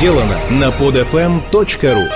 сделано на podfm.ru.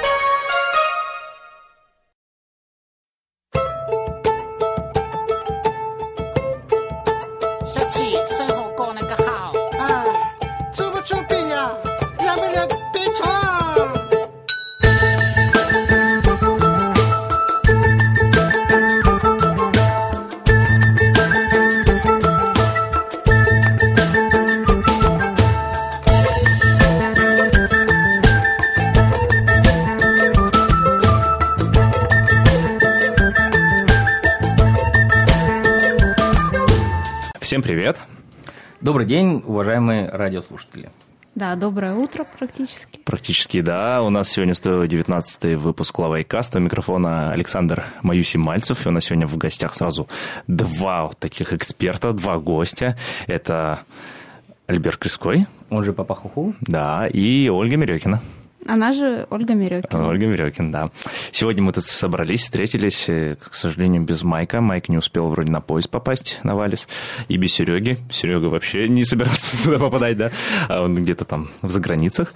Всем привет! Добрый день, уважаемые радиослушатели. Да, доброе утро практически. Практически, да. У нас сегодня 119-й выпуск Лавайкаста. У микрофона Александр Маюсимальцев. И у нас сегодня в гостях сразу два таких эксперта, два гостя. Это Альберт Крицкой. Он же Папа Хуху. Да, и Ольга Мирёкина. Она же Ольга Мирёкина. Ольга Мирёкина, да. Сегодня мы тут собрались, встретились, к сожалению, без Майка. Майк не успел вроде на поезд попасть, на Валис. И без Сереги. Серега вообще не собирался сюда попадать, да. Он где-то там в заграницах.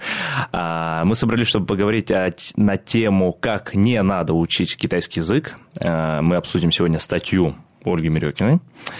Мы собрались, чтобы поговорить на тему, как не надо учить китайский язык. Мы обсудим сегодня статью Ольги Мирёкиной,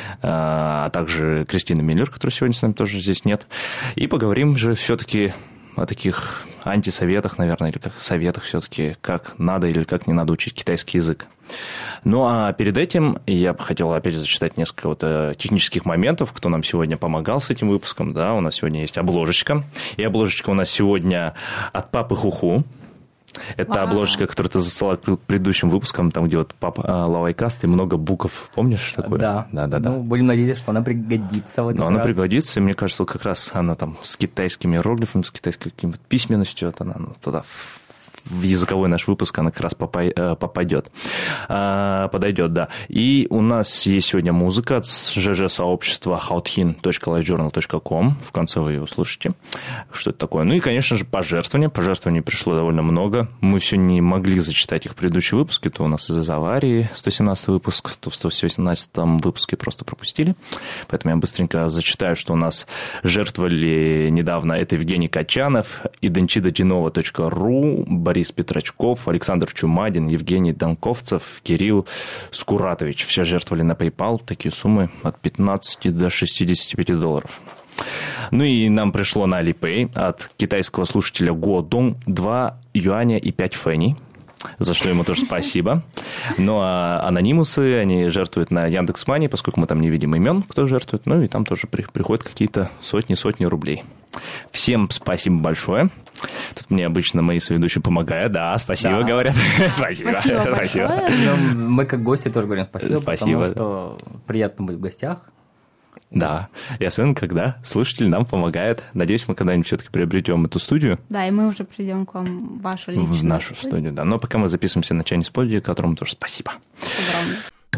а также Кристины Миллер, которой сегодня с нами тоже здесь нет. И поговорим же все-таки о таких антисоветах, наверное, или как советах все-таки, как надо или как не надо учить китайский язык. Ну, а перед этим я бы хотел опять зачитать несколько технических моментов, кто нам сегодня помогал с этим выпуском. Да, у нас сегодня есть обложечка, и обложечка у нас сегодня от Папы Хуху. Это обложечка, которую ты засылала к предыдущим выпускам, там, где вот Папа Лавайкаст и много букв. Помнишь такое? Да. Да. Ну, будем надеяться, что она пригодится в этом. Она пригодится, и мне кажется, как раз она там с китайскими иероглифами, с китайской какой-то письменностью, вот она туда в языковой наш выпуск она как раз подойдет, да. И у нас есть сегодня музыка от ЖЖ-сообщества haothin.livejournal.com. В конце вы ее услышите, что это такое. Ну и, конечно же, пожертвования. Пожертвований пришло довольно много. Мы все не могли зачитать их в предыдущие выпуски. То у нас из-за аварии 117 выпуск, то в 117 выпуске просто пропустили. Поэтому я быстренько зачитаю, что у нас жертвовали недавно. Это Евгений Качанов, identidadinova.ru, Борис Петрачков, Александр Чумадин, Евгений Донковцев, Кирилл Скуратович. Все жертвовали на PayPal. Такие суммы от 15 до $65. Ну и нам пришло на Alipay от китайского слушателя Го Дong 2 юаня и 5 феней, за что ему тоже спасибо. Ну, а анонимусы, они жертвуют на Яндекс.Мани, поскольку мы там не видим имен, кто жертвует. Ну, и там тоже приходят какие-то сотни рублей. Всем спасибо большое. Тут мне обычно мои соведущие помогают. Да, спасибо, да. Говорят. Спасибо. Мы как гости тоже говорим спасибо, потому что приятно быть в гостях. Да, и особенно, когда слушатель нам помогает. Надеюсь, мы когда-нибудь все-таки приобретем эту студию. Да, и мы уже придем к вам в вашу личную в нашу студию, да. Но пока мы записываемся на Chinese Pod, которому тоже спасибо. Огромное.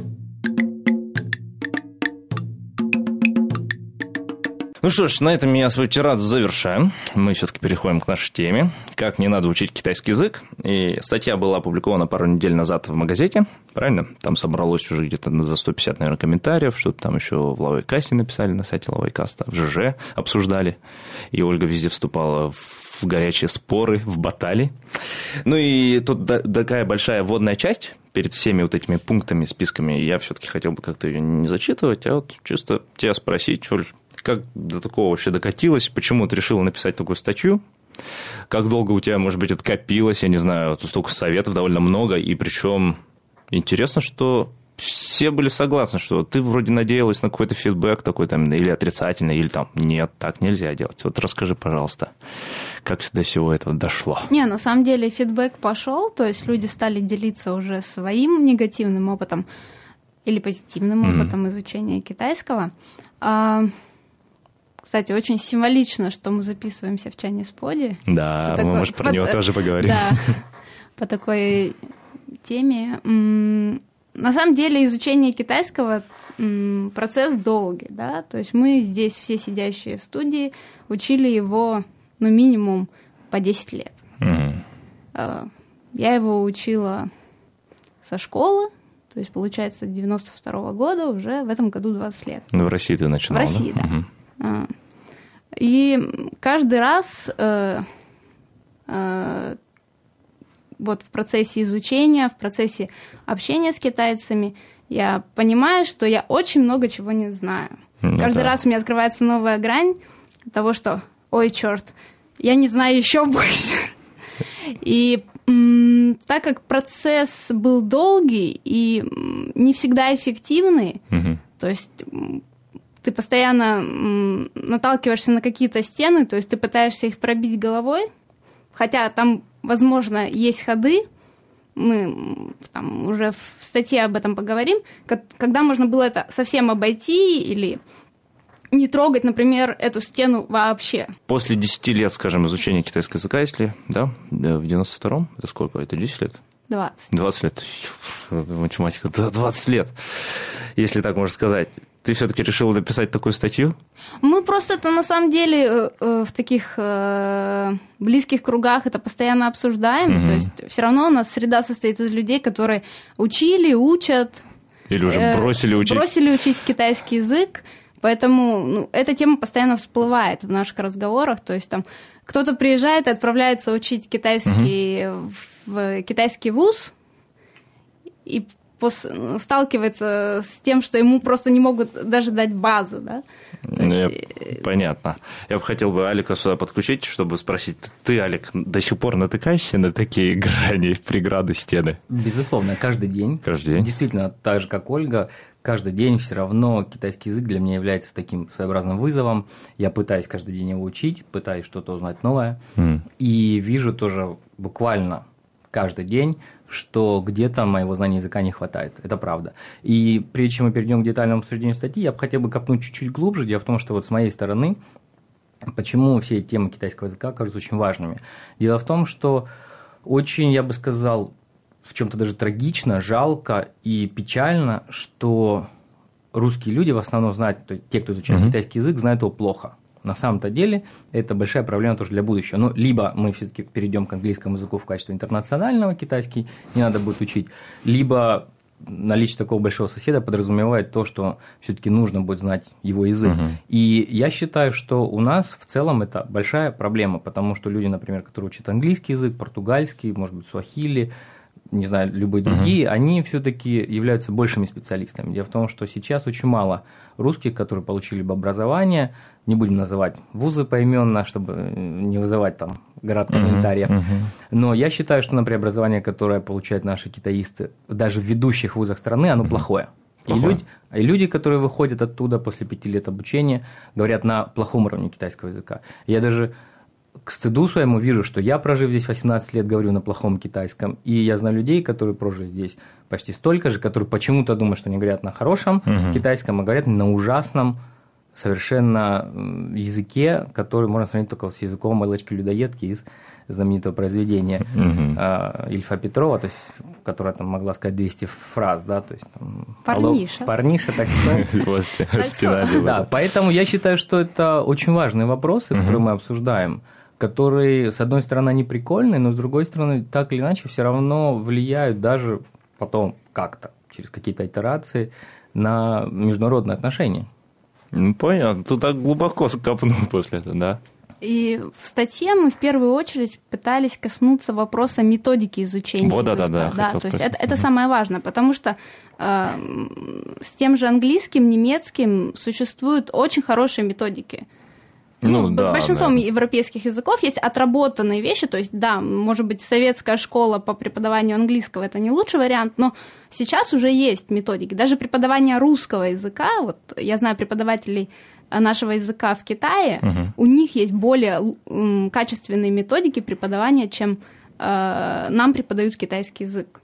Ну что ж, на этом я свою тираду завершаю. Мы все-таки переходим к нашей теме. Как не надо учить китайский язык. И статья была опубликована пару недель назад в Магазете, правильно? Там собралось уже где-то за 150, наверное, комментариев. Что-то там еще в Лавайкасте написали, на сайте Лавайкаста, в ЖЖ обсуждали. И Ольга везде вступала в горячие споры, в баталии. Ну и тут такая большая вводная часть. Перед всеми вот этими пунктами, списками, я все-таки хотел бы как-то ее не зачитывать, а вот чисто тебя спросить, Оль, как до такого вообще докатилось? Почему ты решила написать такую статью? Как долго у тебя, может быть, это копилось? Я не знаю, тут столько советов довольно много. И причем интересно, что все были согласны, что ты вроде надеялась на какой-то фидбэк такой там, или отрицательный, или там нет, так нельзя делать. Вот расскажи, пожалуйста, как до всего этого дошло? Не, на самом деле фидбэк пошел, то есть люди стали делиться уже своим негативным опытом или позитивным опытом изучения китайского. Кстати, очень символично, что мы записываемся в Chinese Pod. Да, мы, может, про него тоже поговорим. Да, по такой теме. На самом деле изучение китайского процесс долгий, да, то есть мы здесь, все сидящие в студии, учили его, ну, минимум по 10 лет. Я его учила со школы, то есть, получается, 92-го года, уже в этом году 20 лет. Ну, в России ты начинала, в России, да. И каждый раз вот в процессе изучения, в процессе общения с китайцами, я понимаю, что я очень много чего не знаю. Каждый раз у меня открывается новая грань того, что, ой, черт, я не знаю еще больше. И так как процесс был долгий и не всегда эффективный, то есть ты постоянно наталкиваешься на какие-то стены, то есть ты пытаешься их пробить головой, хотя там, возможно, есть ходы, мы там уже в статье об этом поговорим, когда можно было это совсем обойти или не трогать, например, эту стену вообще. После 10 лет, скажем, изучения китайского языка, если, да, в 92-м, это сколько, это 10 лет? 20. 20 лет, математика, 20 лет, если так можно сказать. Ты все-таки решила написать такую статью? Мы просто это на самом деле в таких близких кругах это постоянно обсуждаем. То есть все равно у нас среда состоит из людей, которые учили, учат. Или уже бросили учить. Бросили учить китайский язык. Поэтому эта тема постоянно всплывает в наших разговорах. То есть там кто-то приезжает и отправляется учить китайский в китайский вуз и сталкивается с тем, что ему просто не могут даже дать базу, да? Понятно. Я бы хотел Алика сюда подключить, чтобы спросить, ты, Алик, до сих пор натыкаешься на такие грани, преграды, стены? Безусловно, каждый день. Каждый день? Действительно, так же, как Ольга, каждый день все равно китайский язык для меня является таким своеобразным вызовом. Я пытаюсь каждый день его учить, пытаюсь что-то узнать новое. И вижу тоже буквально каждый день, что где-то моего знания языка не хватает. Это правда. И прежде чем мы перейдем к детальному обсуждению статьи, я бы хотел бы копнуть чуть-чуть глубже. Дело в том, что вот с моей стороны, почему все эти темы китайского языка кажутся очень важными. Дело в том, что очень, я бы сказал, в чем-то даже трагично, жалко и печально, что русские люди в основном знают, то есть те, кто изучает китайский язык, знают его плохо. На самом-то деле это большая проблема тоже для будущего. Ну, либо мы все-таки перейдем к английскому языку в качестве интернационального, китайский не надо будет учить, либо наличие такого большого соседа подразумевает то, что все-таки нужно будет знать его язык. И я считаю, что у нас в целом это большая проблема, потому что люди, например, которые учат английский язык, португальский, может быть, суахили, не знаю, любые другие, они все-таки являются большими специалистами. Дело в том, что сейчас очень мало русских, которые получили бы образование, не будем называть вузы поименно, чтобы не вызывать там град комментариев, но я считаю, что, например, образование, которое получают наши китаисты, даже в ведущих вузах страны, оно плохое. И люди, которые выходят оттуда после 5 лет обучения, говорят на плохом уровне китайского языка. Я даже к стыду своему вижу, что я, прожив здесь 18 лет, говорю на плохом китайском, и я знаю людей, которые прожили здесь почти столько же, которые почему-то думают, что они говорят на хорошем китайском, а говорят на ужасном совершенно языке, который можно сравнить только с языком Элочки-людоедки из знаменитого произведения Ильфа Петрова, то есть, которая там могла сказать 200 фраз, да, то есть там, парниша, так сказать. Да, поэтому я считаю, что это очень важные вопросы, которые мы обсуждаем, которые, с одной стороны, они прикольные, но с другой стороны, так или иначе, все равно влияют даже потом как-то, через какие-то итерации, на международные отношения. Понятно, ты так глубоко копнул после этого, да? И в статье мы в первую очередь пытались коснуться вопроса методики изучения языка. Да, то есть это самое важное, потому что с тем же английским, немецким существуют очень хорошие методики. С большинством европейских языков есть отработанные вещи, то есть, да, может быть, советская школа по преподаванию английского – это не лучший вариант, но сейчас уже есть методики. Даже преподавание русского языка, вот я знаю преподавателей нашего языка в Китае, у них есть более качественные методики преподавания, чем нам преподают китайский язык.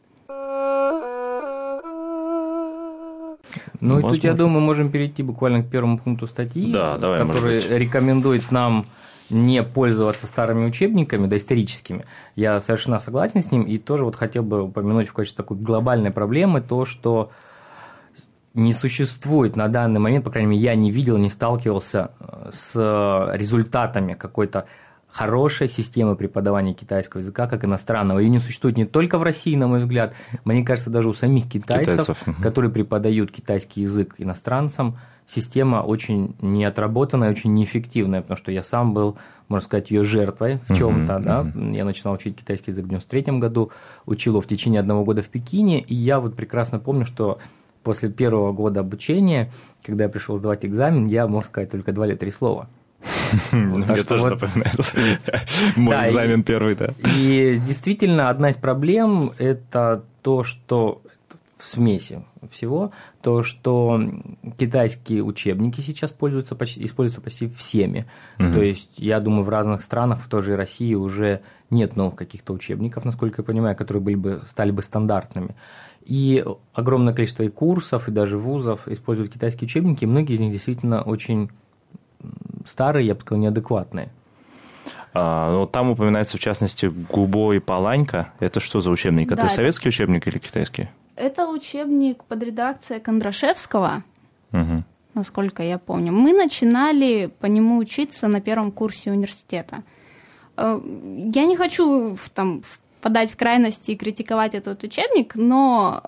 Ну и тут, я думаю, мы можем перейти буквально к первому пункту статьи, который рекомендует нам не пользоваться старыми учебниками, доисторическими. Я совершенно согласен с ним, и тоже вот хотел бы упомянуть в качестве такой глобальной проблемы то, что не существует на данный момент, по крайней мере, я не видел, не сталкивался с результатами какой-то хорошей системы преподавания китайского языка как иностранного. Ее не существует не только в России, на мой взгляд. Мне кажется, даже у самих китайцев. Которые преподают китайский язык иностранцам, система очень неотработанная, очень неэффективная, потому что я сам был, можно сказать, ее жертвой в чем-то. Да? Я начинал учить китайский язык в 1993 году, учил его в течение 1 года в Пекине, и я вот прекрасно помню, что после первого года обучения, когда я пришел сдавать экзамен, я мог сказать только 2 или 3 слова. Мне тоже напоминается. Мой экзамен первый, да. И действительно, одна из проблем – это то, что в смеси всего, то, что китайские учебники сейчас используются почти всеми. То есть, я думаю, в разных странах, в той же России, уже нет новых каких-то учебников, насколько я понимаю, которые стали бы стандартными. И огромное количество и курсов, и даже вузов используют китайские учебники, и многие из них действительно очень старые, я бы сказал, неадекватные. Там упоминается, в частности, Губо и Паланька. Это что за учебник? Да, это советский учебник или китайский? Это учебник под редакцией Кондрашевского, насколько я помню. Мы начинали по нему учиться на 1 курсе университета. Я не хочу впадать в крайности и критиковать этот учебник, но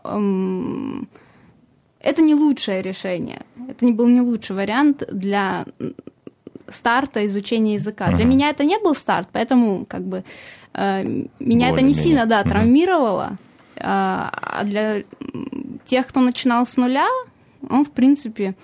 это не лучшее решение. Это был не лучший вариант для старта изучения языка. Для меня это не был старт, поэтому меня это не сильно травмировало. А для тех, кто начинал с нуля, он, в принципе...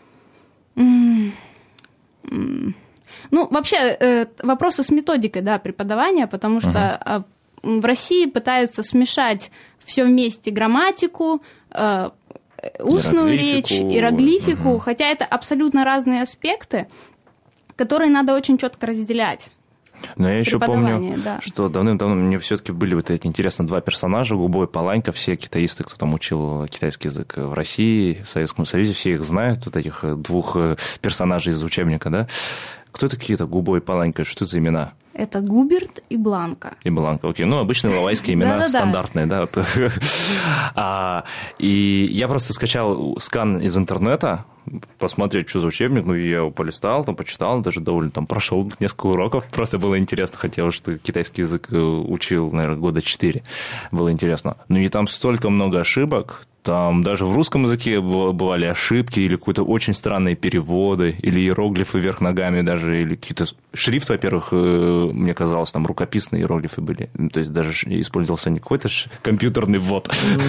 вообще, вопросы с методикой преподавания, потому что в России пытаются смешать все вместе: грамматику, устную речь, иероглифику, хотя это абсолютно разные аспекты, которые надо очень четко разделять. Но я еще помню, что давным-давно мне все-таки были вот эти, интересно, 2 персонажа, Губо и Паланька, все китаисты, кто там учил китайский язык в России, в Советском Союзе, все их знают, вот этих 2 персонажей из учебника, да? Кто такие-то Губо и Паланька, что за имена? Это Губерт и Бланка. И Бланка, окей. Обычные лавайские имена стандартные, да. И я просто скачал скан из интернета, посмотреть, что за учебник, я его полистал, почитал, даже довольно прошел несколько уроков, просто было интересно, хотя что китайский язык учил, наверное, года 4, было интересно. И там столько много ошибок, там даже в русском языке бывали ошибки или какие-то очень странные переводы, или иероглифы вверх ногами даже, или какие-то... Шрифт, во-первых, мне казалось, там рукописные иероглифы были, то есть даже использовался не какой-то компьютерный ввод.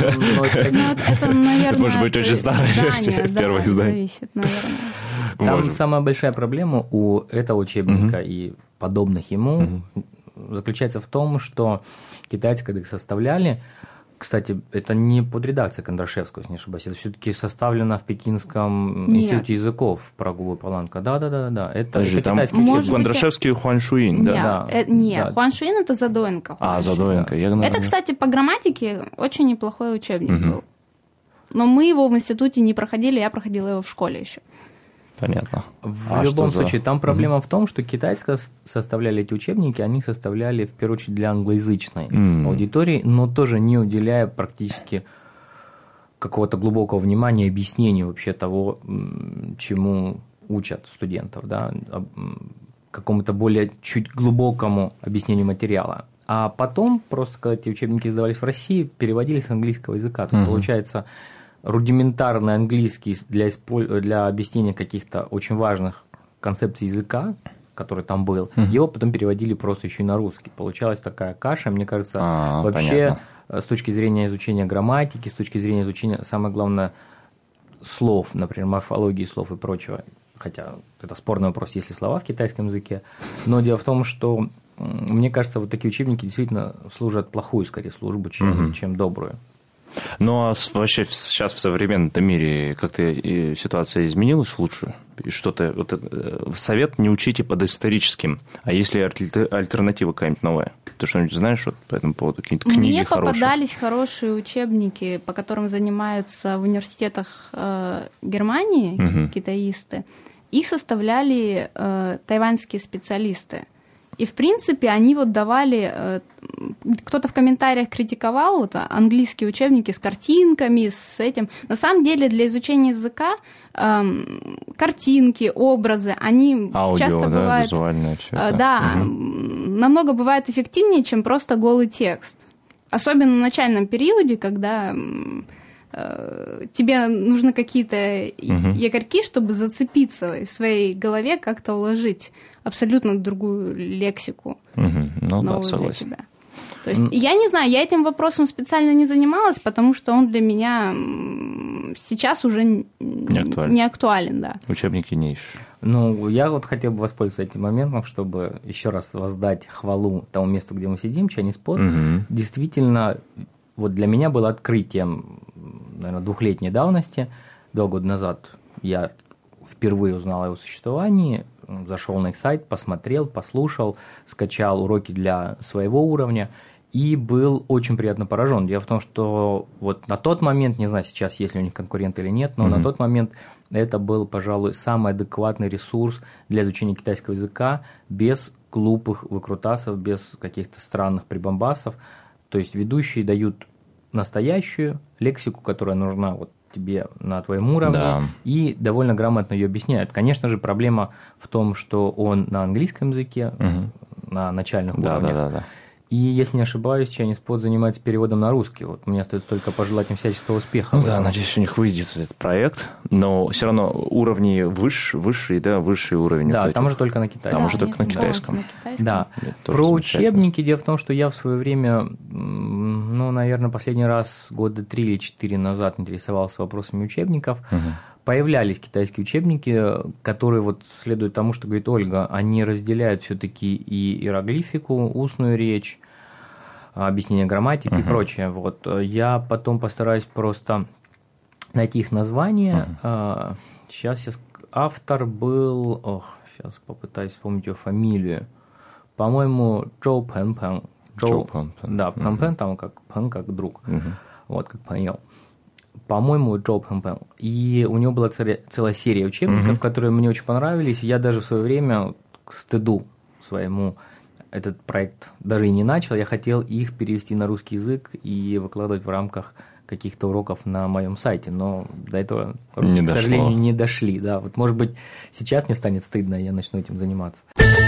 Это, наверное... Может быть, очень старое первое издание. Зависит, наверное. Там самая большая проблема у этого учебника и подобных ему заключается в том, что китайцы, когда их составляли, кстати, это не под редакцией Кондрашевского, если не ошибаюсь, это все-таки составлено в Пекинском институте языков про Губо и Паланка. Да. Это китайский учебник. Кондрашевский Хуаншуин, да? Нет, Хуаншуин – это Задоенко. Задоенко. Это, кстати, по грамматике очень неплохой учебник был. Но мы его в институте не проходили, я проходила его в школе еще. Понятно. В любом случае, там проблема в том, что китайцы составляли эти учебники, они составляли в первую очередь для англоязычной аудитории, но тоже не уделяя практически какого-то глубокого внимания, объяснению вообще того, чему учат студентов, какому-то более чуть глубокому объяснению материала. А потом, просто когда эти учебники издавались в России, переводились с английского языка. То есть, получается, рудиментарный английский для объяснения каких-то очень важных концепций языка, который там был, его потом переводили просто еще и на русский. Получалась такая каша, мне кажется, вообще понятно. С точки зрения изучения грамматики, с точки зрения изучения, самое главное, слов, например, морфологии слов и прочего, хотя это спорный вопрос, есть ли слова в китайском языке, но дело в том, что, мне кажется, вот такие учебники действительно служат плохую, скорее, службу, чем добрую. Ну, а вообще сейчас в современном мире как-то ситуация изменилась в лучшую? И что-то совет не учите под историческим, а если альтернатива какая-нибудь новая? Ты что-нибудь знаешь по этому поводу? Какие-то книги Мне хорошие? попадались хорошие учебники, по которым занимаются в университетах Германии китаисты. Их составляли тайваньские специалисты. И, в принципе, они вот давали... Кто-то в комментариях критиковал вот английские учебники с картинками, с этим. На самом деле для изучения языка картинки, образы, они часто бывают... визуальное все это. Да, намного бывает эффективнее, чем просто голый текст. Особенно на начальном периоде, когда тебе нужны какие-то якорьки, чтобы зацепиться в своей голове, как-то уложить абсолютно другую лексику новую для тебя. То есть, я не знаю, я этим вопросом специально не занималась, потому что он для меня сейчас уже не актуален, да. Учебники не ищешь. Ну, я вот хотел бы воспользоваться этим моментом, чтобы еще раз воздать хвалу тому месту, где мы сидим, Чайниспот. Действительно, вот для меня было открытием, наверное, 2-летней давности. 2 года назад я впервые узнал о его существовании, зашел на их сайт, посмотрел, послушал, скачал уроки для своего уровня и был очень приятно поражен. Дело в том, что вот на тот момент, не знаю сейчас, есть ли у них конкуренты или нет, но на тот момент это был, пожалуй, самый адекватный ресурс для изучения китайского языка без глупых выкрутасов, без каких-то странных прибамбасов. То есть ведущие дают настоящую лексику, которая нужна вот тебе на твоем уровне, и довольно грамотно ее объясняют. Конечно же, проблема в том, что он на английском языке, на начальных уровнях. И, если не ошибаюсь, Чайниспот занимается переводом на русский. Вот мне остается только пожелать им всяческого успеха. Ну да, надеюсь, у них выйдет этот проект, но все равно уровни высшие уровни. Да, там уже только на китайском. Там уже только на китайском. Да. Про учебники. Дело в том, что я в свое время, ну, наверное, последний раз года 3 или 4 назад интересовался вопросами учебников. Появлялись китайские учебники, которые, вот следуют тому, что говорит Ольга, они разделяют все-таки и иероглифику, устную речь, объяснение грамматики и прочее. Вот. Я потом постараюсь просто найти их название. Сейчас автор был... сейчас попытаюсь вспомнить его фамилию. По-моему, Чжоу Пэн-Пэн. Да, Пэн-Пэн там как Пэн, как друг. Вот, как понял. По-моему, Чжоу Пэн-Пэн. И у него была целая серия учебников, которые мне очень понравились. Я даже в свое время, к стыду своему, этот проект даже и не начал. Я хотел их перевести на русский язык и выкладывать в рамках каких-то уроков на моем сайте. Но до этого, к сожалению, не дошли. Да. Вот, может быть, сейчас мне станет стыдно, и я начну этим заниматься.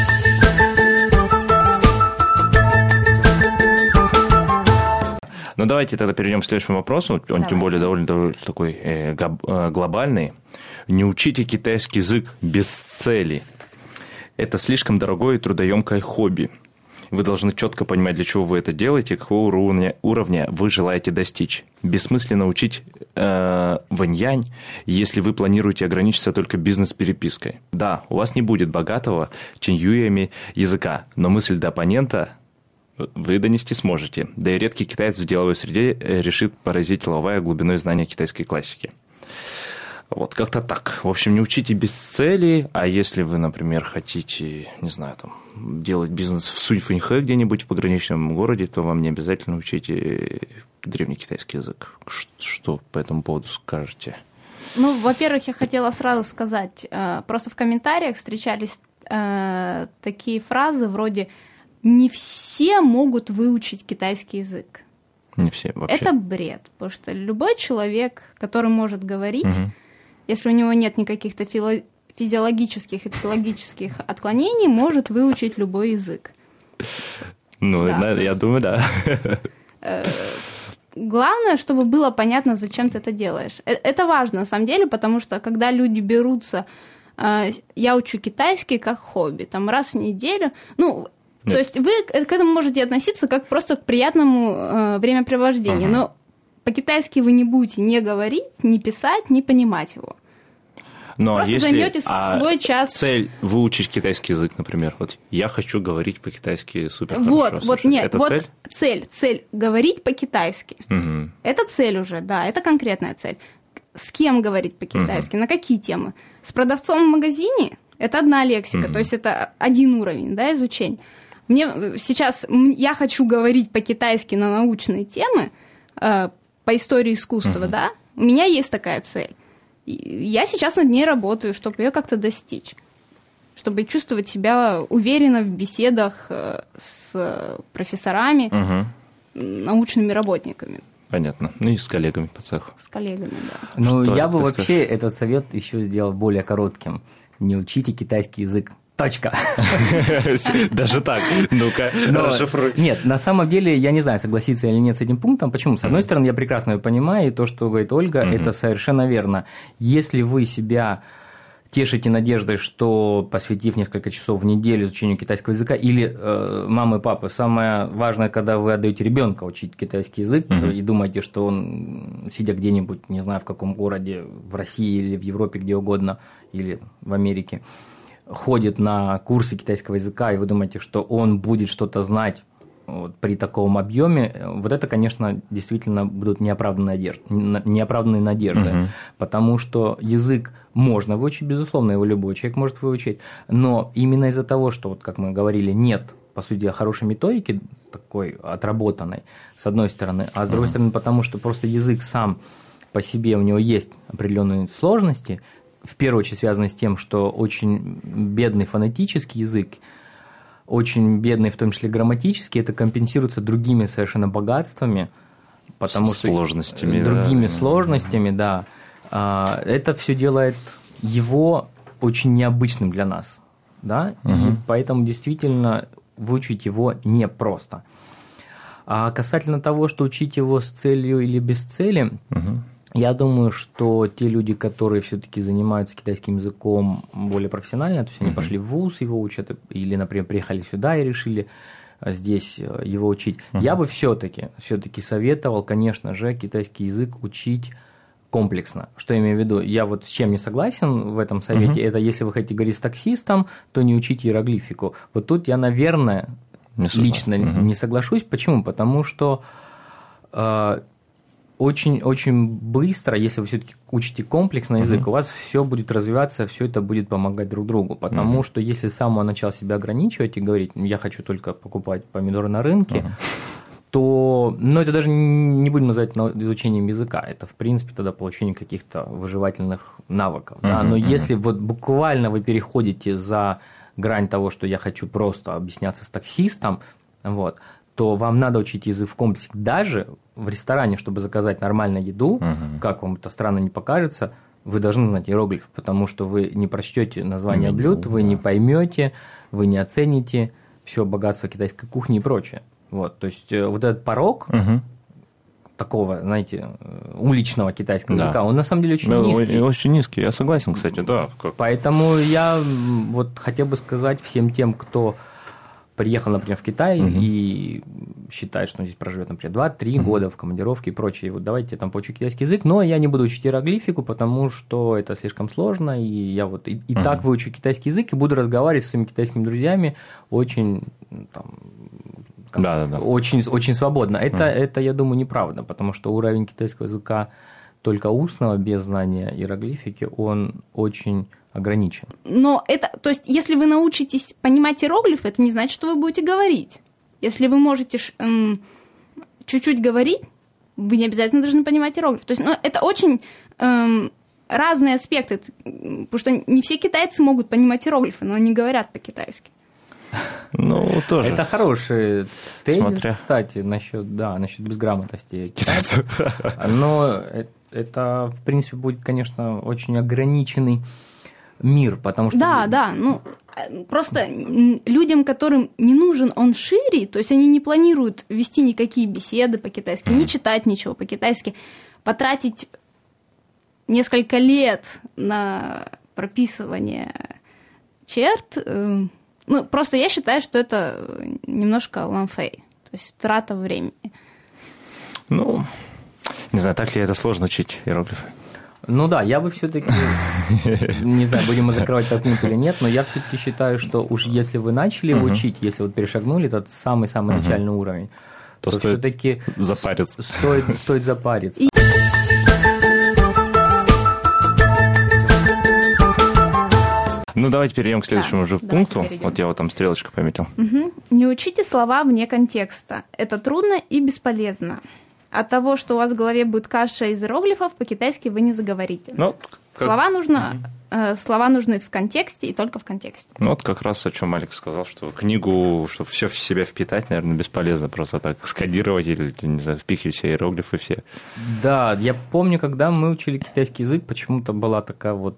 Ну, давайте тогда перейдем к следующему вопросу. Он тем более довольно такой глобальный. Не учите китайский язык без цели. Это слишком дорогое и трудоемкое хобби. Вы должны четко понимать, для чего вы это делаете, какого уровня вы желаете достичь. Бессмысленно учить вэньянь, если вы планируете ограничиться только бизнес-перепиской. Да, у вас не будет богатого чиньюями языка, но мысль до оппонента вы донести сможете. Да и редкий китаец в деловой среде решит поразить ловая глубиной знания китайской классики. Вот, как-то так. В общем, не учите без цели, а если вы, например, хотите, не знаю, там, делать бизнес в Суньфэньхэ где-нибудь в пограничном городе, то вам не обязательно учите древний китайский язык. Что по этому поводу скажете? Ну, во-первых, я хотела сразу сказать, просто в комментариях встречались такие фразы вроде «не все могут выучить китайский язык». Не все вообще. Это бред, потому что любой человек, который может говорить, если у него нет никаких физиологических и психологических отклонений, может выучить любой язык. Ну, да, я думаю, да. Главное, чтобы было понятно, зачем ты это делаешь. Это важно, на самом деле, потому что когда люди берутся, я учу китайский как хобби, там раз в неделю, ну, нет. То есть вы к этому можете относиться как просто к приятному времяпрепровождению, но по-китайски вы не будете не говорить, не писать, не понимать его. Но просто если займете свой час. Цель выучить китайский язык, например, вот я хочу говорить по-китайски супер хорошо. Это цель говорить по-китайски. Это цель уже, да, это конкретная цель. С кем говорить по-китайски, на какие темы? С продавцом в магазине это одна лексика, то есть это один уровень, да, изучения. Я хочу говорить по-китайски на научные темы, по истории искусства, да, у меня есть такая цель. И я сейчас над ней работаю, чтобы ее как-то достичь. чтобы чувствовать себя уверенно в беседах с профессорами, научными работниками. Понятно. Ну и с коллегами по цеху. С коллегами, да. Ну, Что я бы ты вообще скажешь? этот совет еще сделал более коротким. Не учите китайский язык. Точка. Даже так? Ну-ка, расшифруй. Нет, на самом деле, я не знаю, согласиться или нет с этим пунктом. Почему? С одной стороны, я прекрасно его понимаю, и то, что говорит Ольга, это совершенно верно. Если вы себя тешите надеждой, что, посвятив несколько часов в неделю изучению китайского языка, или мамы и папы, самое важное, когда вы отдаете ребенка учить китайский язык, и думаете, что он, сидя где-нибудь, не знаю, в каком городе, в России или в Европе, где угодно, или в Америке, ходит на курсы китайского языка, и вы думаете, что он будет что-то знать вот, при таком объеме, вот это, конечно, действительно будут неоправданные надежды, потому что язык можно выучить, безусловно, его любой человек может выучить, но именно из-за того, что, вот, как мы говорили, нет, по сути, хорошей методики, такой отработанной, с одной стороны, а с другой стороны, потому что просто язык сам по себе, у него есть определенные сложности, в первую очередь связаны с тем, что очень бедный фонетический язык, очень бедный, в том числе грамматически, это компенсируется другими совершенно богатствами, потому что сложностями, другими сложностями, да. Это все делает его очень необычным для нас, да, и поэтому действительно выучить его непросто. А касательно того, что учить его с целью или без цели, я думаю, что те люди, которые все-таки занимаются китайским языком более профессионально, то есть они пошли в вуз, его учат, или, например, приехали сюда и решили здесь его учить, я бы все-таки советовал, конечно же, китайский язык учить комплексно. Что я имею в виду? Я вот с чем не согласен в этом совете, это если вы хотите говорить с таксистом, то не учите иероглифику. Вот тут я, наверное, лично не соглашусь. Почему? Потому что очень быстро, если вы все-таки учите комплексный язык, у вас все будет развиваться, все это будет помогать друг другу. Потому что если с самого начала себя ограничивать и говорить, я хочу только покупать помидоры на рынке, то, это даже не будем называть изучением языка, это, в принципе, тогда получение каких-то выживательных навыков. Да? Но если вот буквально вы переходите за грань того, что я хочу просто объясняться с таксистом, вот, то вам надо учить язык в комплексе. Даже в ресторане, чтобы заказать нормальную еду, как вам это странно не покажется, вы должны знать иероглиф, потому что вы не прочтете название блюд, вы не поймете, вы не оцените все богатство китайской кухни и прочее. Вот, то есть вот этот порог такого, знаете, уличного китайского языка, он на самом деле очень низкий. Очень низкий, я согласен, кстати, да. Поэтому я вот хотел бы сказать всем тем, кто приехал, например, в Китай и считает, что он здесь проживет, например, 2-3 года в командировке и прочее. Вот давайте там поучу китайский язык, но я не буду учить иероглифику, потому что это слишком сложно, и я вот и так выучу китайский язык и буду разговаривать с своими китайскими друзьями очень очень свободно. Это, я думаю, неправда, потому что уровень китайского языка только устного, без знания иероглифики, он очень ограничен. Но это, то есть, если вы научитесь понимать иероглифы, это не значит, что вы будете говорить. Если вы можете чуть-чуть говорить, вы не обязательно должны понимать иероглиф. То есть, это очень разные аспекты, потому что не все китайцы могут понимать иероглифы, но они говорят по-китайски. Тоже. Это хороший тезис, кстати, насчет безграмотности китайцев. Но это, в принципе, будет, конечно, очень ограниченный мир, потому что... Да, просто людям, которым не нужен он шире, то есть они не планируют вести никакие беседы по-китайски, не читать ничего по-китайски, потратить несколько лет на прописывание черт, просто я считаю, что это немножко ланфей, то есть трата времени. Не знаю, так ли это сложно учить иероглифы? Я бы все-таки, не знаю, будем мы закрывать этот пункт или нет, но я все-таки считаю, что уж если вы начали его учить, если вот перешагнули этот самый-самый начальный уровень, то все-таки запариться. Стоит запариться. Давайте перейдем к следующему пункту. Вот я вот там стрелочку пометил. Не учите слова вне контекста. Это трудно и бесполезно. От того, что у вас в голове будет каша из иероглифов, по-китайски вы не заговорите. Слова нужно слова нужны в контексте и только в контексте. Ну, вот как раз о чем Алекс сказал, что книгу, чтобы все в себя впитать, наверное, бесполезно просто так скодировать или, не знаю, впихивать все иероглифы все. Да, я помню, когда мы учили китайский язык, почему-то была такая вот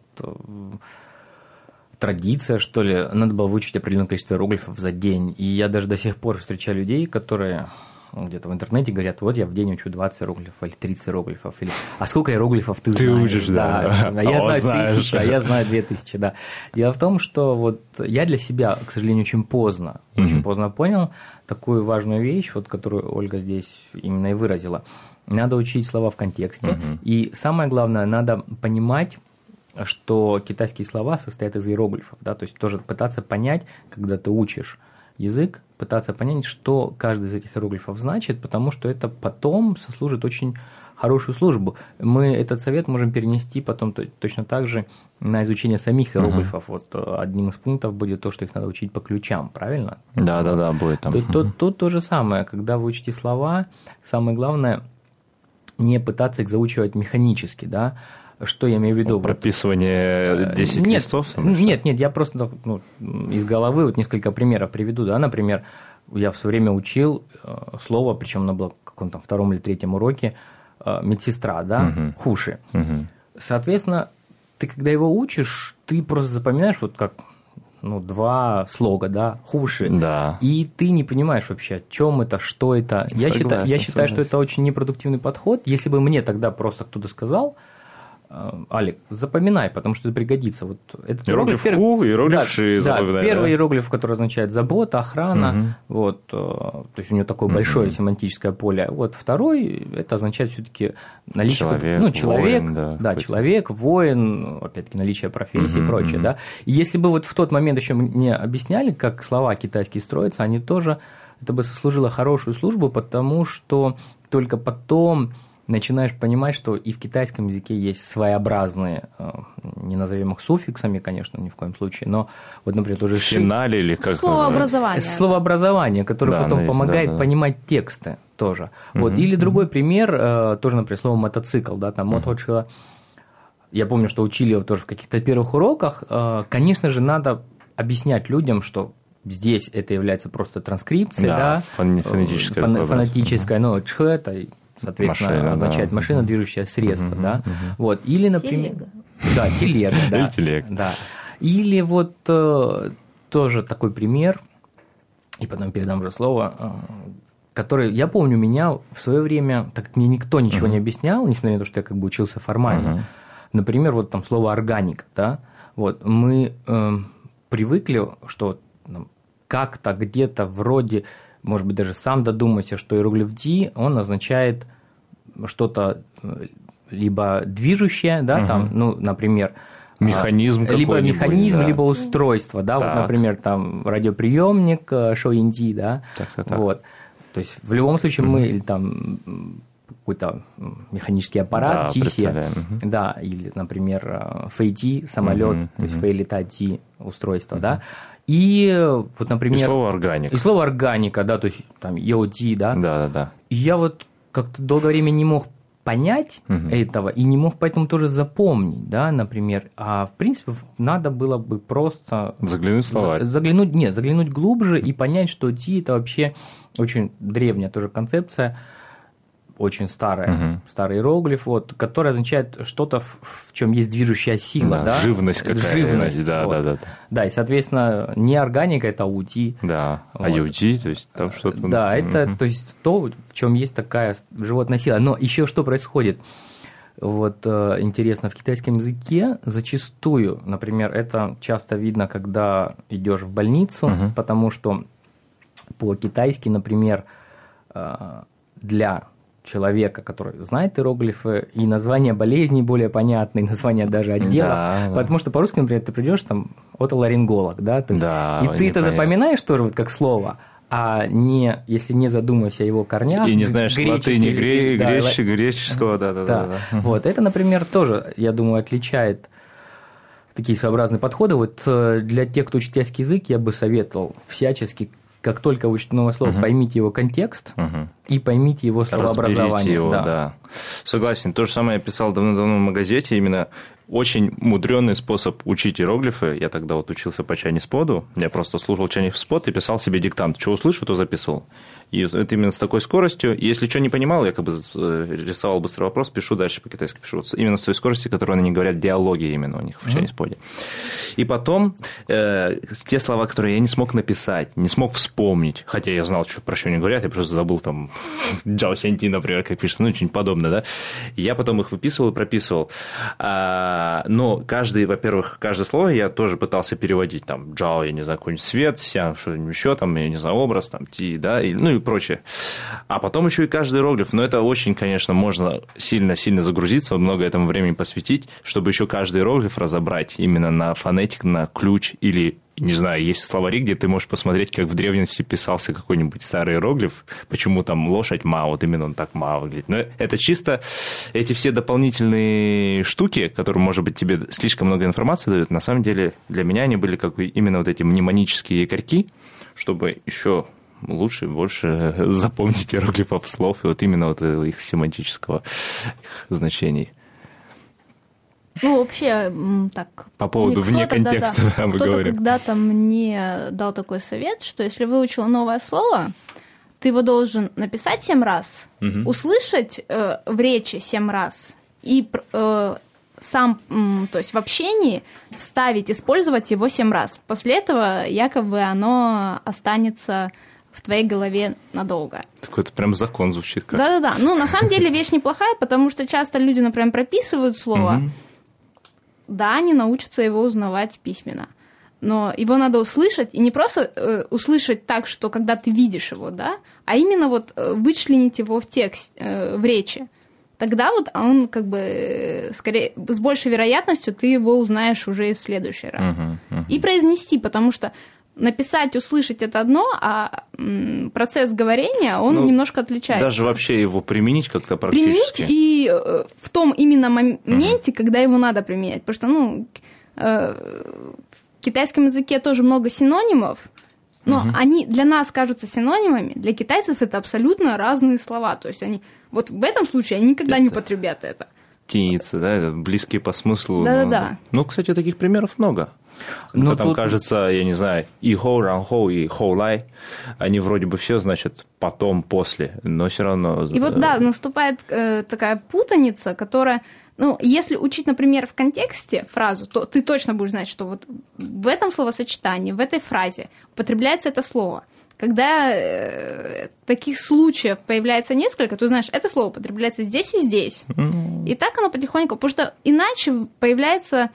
традиция, что ли, надо было выучить определенное количество иероглифов за день. И я даже до сих пор встречаю людей, которые где-то в интернете говорят, вот я в день учу 20 иероглифов или 30 иероглифов. Или, а сколько иероглифов ты знаешь? Ты учишь, да. А я знаю 1000, а я знаю 2000, да. Дело в том, что вот я для себя, к сожалению, очень поздно понял такую важную вещь, вот, которую Ольга здесь именно и выразила. Надо учить слова в контексте. И самое главное, надо понимать, что китайские слова состоят из иероглифов, да, то есть тоже пытаться понять, когда ты учишь язык, пытаться понять, что каждый из этих иероглифов значит, потому что это потом сослужит очень хорошую службу. Мы этот совет можем перенести потом точно так же на изучение самих иероглифов. Вот одним из пунктов будет то, что их надо учить по ключам, правильно? Да, будет там. Тут то же самое, когда вы учите слова, самое главное не пытаться их заучивать механически, да. Что я имею в виду? Прописывание 10 листов? Нет, я просто из головы вот несколько примеров приведу. Да? Например, я в свое время учил слово, причем оно было в каком-то 2-м или 3-м уроке, медсестра, да, хуши. Соответственно, ты когда его учишь, ты просто запоминаешь вот как 2 слога, да, хуши, да. И ты не понимаешь вообще, о чем это, что это. Я считаю, что это очень непродуктивный подход. Если бы мне тогда просто кто-то сказал, Алик, запоминай, потому что это пригодится. Вот этот иероглиф «ху», иероглиф «ши» запоминай. Первый иероглиф, который означает забота, охрана, вот, то есть у него такое большое семантическое поле. Вот второй, это означает все-таки наличие человек, воин, человек, воин, опять-таки наличие профессии и прочее. Да? И если бы вот в тот момент еще мне объясняли, как слова китайские строятся, они тоже, это бы сослужило хорошую службу, потому что только потом начинаешь понимать, что и в китайском языке есть своеобразные, не назовем их суффиксами, конечно, ни в коем случае, но вот, например, тоже финале или как словообразование. Словообразование, которое потом помогает понимать тексты тоже. Вот. Или другой пример, тоже, например, слово мотоцикл, да, там моточила. Я помню, что учили его тоже в каких-то первых уроках. Конечно же, надо объяснять людям, что здесь это является просто транскрипцией, да, фонетическая, но чх это, соответственно, машина, означает машина, движущее средство, да. Вот. Или, например, телега, да. Да. Или вот тоже такой пример, и потом передам уже слово, который, я помню, меня в свое время, так как мне никто ничего не объяснял, несмотря на то, что я как бы учился формально, например, вот там слово органика, да, вот мы привыкли, что как-то где-то вроде, может быть, даже сам додумайся, что иероглиф D, он означает что-то либо движущее, да, там, например, механизм либо механизм, либо устройство, да, вот, например, там радиоприемник, шоу-инди, да, вот, то есть в любом случае мы или там какой-то механический аппарат, тисия, да, или, например, фейти, самолет, то есть фейлитати устройство, да. И вот, например… И слово органика. И слово органика, да, то есть там EOD, да. Да. И я вот как-то долгое время не мог понять этого и не мог поэтому тоже запомнить, да, например. А в принципе надо было бы просто… Заглянуть в словарь. Заглянуть глубже и понять, что Ти – это вообще очень древняя тоже концепция, очень старый иероглиф, вот, который означает что-то, в чем есть движущая сила, да? Живность какая-то. Живность, да. Да, и, соответственно, не органика, это аути. Да, вот. Аути, то есть там что-то… Да, это то есть то, в чем есть такая животная сила. Но еще что происходит? Вот интересно, в китайском языке зачастую, например, это часто видно, когда идешь в больницу, потому что по-китайски, например, для человека, который знает иероглифы, и название болезней более понятные, название даже отделов, потому что по-русски, например, ты придешь там отоларинголог, да, то есть, и ты это запоминаешь тоже вот как слово, а не, если не задумываясь о его корнях. И не знаешь латыни, греческого, да. Вот, это, например, тоже, я думаю, отличает такие своеобразные подходы. Вот для тех, кто учит китайский язык, я бы советовал всячески, как только вы учите новое слово, поймите его контекст и поймите его словообразование. Разберите его, да. Согласен. То же самое я писал давно-давно в Магазете, именно очень мудрёный способ учить иероглифы. Я тогда вот учился по Chinese Pod, я просто слушал Chinese Pod и писал себе диктант. Что услышу, то записывал. И это именно с такой скоростью. Если что не понимал, я как бы рисовал быстрый вопрос, пишу дальше по-китайски. Пишу. Вот именно с той скоростью, которой они говорят, диалоги именно у них в Chinese Pod. И потом те слова, которые я не смог написать, не смог вспомнить, хотя я знал, про что они говорят, я просто забыл там Джао Сяньти, например, как пишется, ну, что-нибудь подобное, да. Я потом их выписывал и прописывал. Но во-первых, каждое слово я тоже пытался переводить, там, Джао, я не знаю, какой-нибудь свет, Сян, что-нибудь еще, там, я не знаю, образ, там, Ти, да, ну и прочее. А потом еще и каждый иероглиф, но это очень, конечно, можно сильно-сильно загрузиться, много этому времени посвятить, чтобы еще каждый иероглиф разобрать именно на фонетик, на ключ или, не знаю, есть словари, где ты можешь посмотреть, как в древности писался какой-нибудь старый иероглиф, почему там лошадь Ма, вот именно он так Ма выглядит. Но это чисто эти все дополнительные штуки, которые, может быть, тебе слишком много информации дают, на самом деле для меня они были как именно вот эти мнемонические якорьки, чтобы еще лучше и больше запомнить иероглифов слов и вот именно вот их семантического значений. Ну, вообще, так... По поводу вне контекста, да, мы говорим. Кто-то когда-то мне дал такой совет, что если выучил новое слово, ты его должен написать 7 раз, услышать в речи 7 раз и сам, то есть в общении вставить, использовать его 7 раз. После этого якобы оно останется в твоей голове надолго. Такой-то прям закон звучит. Как. Да-да-да. Ну, на самом деле вещь неплохая, потому что часто люди, например, прописывают слово, да, они научатся его узнавать письменно. Но его надо услышать, и не просто услышать так, что когда ты видишь его, да, а именно вот вычленить его в текст, в речи. Тогда вот он как бы скорее с большей вероятностью ты его узнаешь уже в следующий раз. И произнести, потому что написать, услышать – это одно, а процесс говорения, он немножко отличается. Даже вообще его применить как-то практически. Применить и в том именно моменте, когда его надо применять. Потому что, в китайском языке тоже много синонимов, но они для нас кажутся синонимами, для китайцев это абсолютно разные слова. То есть они вот в этом случае они никогда не употребят это. Тяницы, да, это близкие по смыслу. Да-да-да. Ну, кстати, таких примеров много. Но там, кажется, я не знаю, и хоу, ран хоу, и хоу лай, они вроде бы все значат потом, после, но все равно... И вот, да, наступает такая путаница, которая... Ну, если учить, например, в контексте фразу, то ты точно будешь знать, что вот в этом словосочетании, в этой фразе употребляется это слово. Когда таких случаев появляется несколько, то знаешь, это слово употребляется здесь и здесь. И так оно потихоньку... Потому что иначе появляется...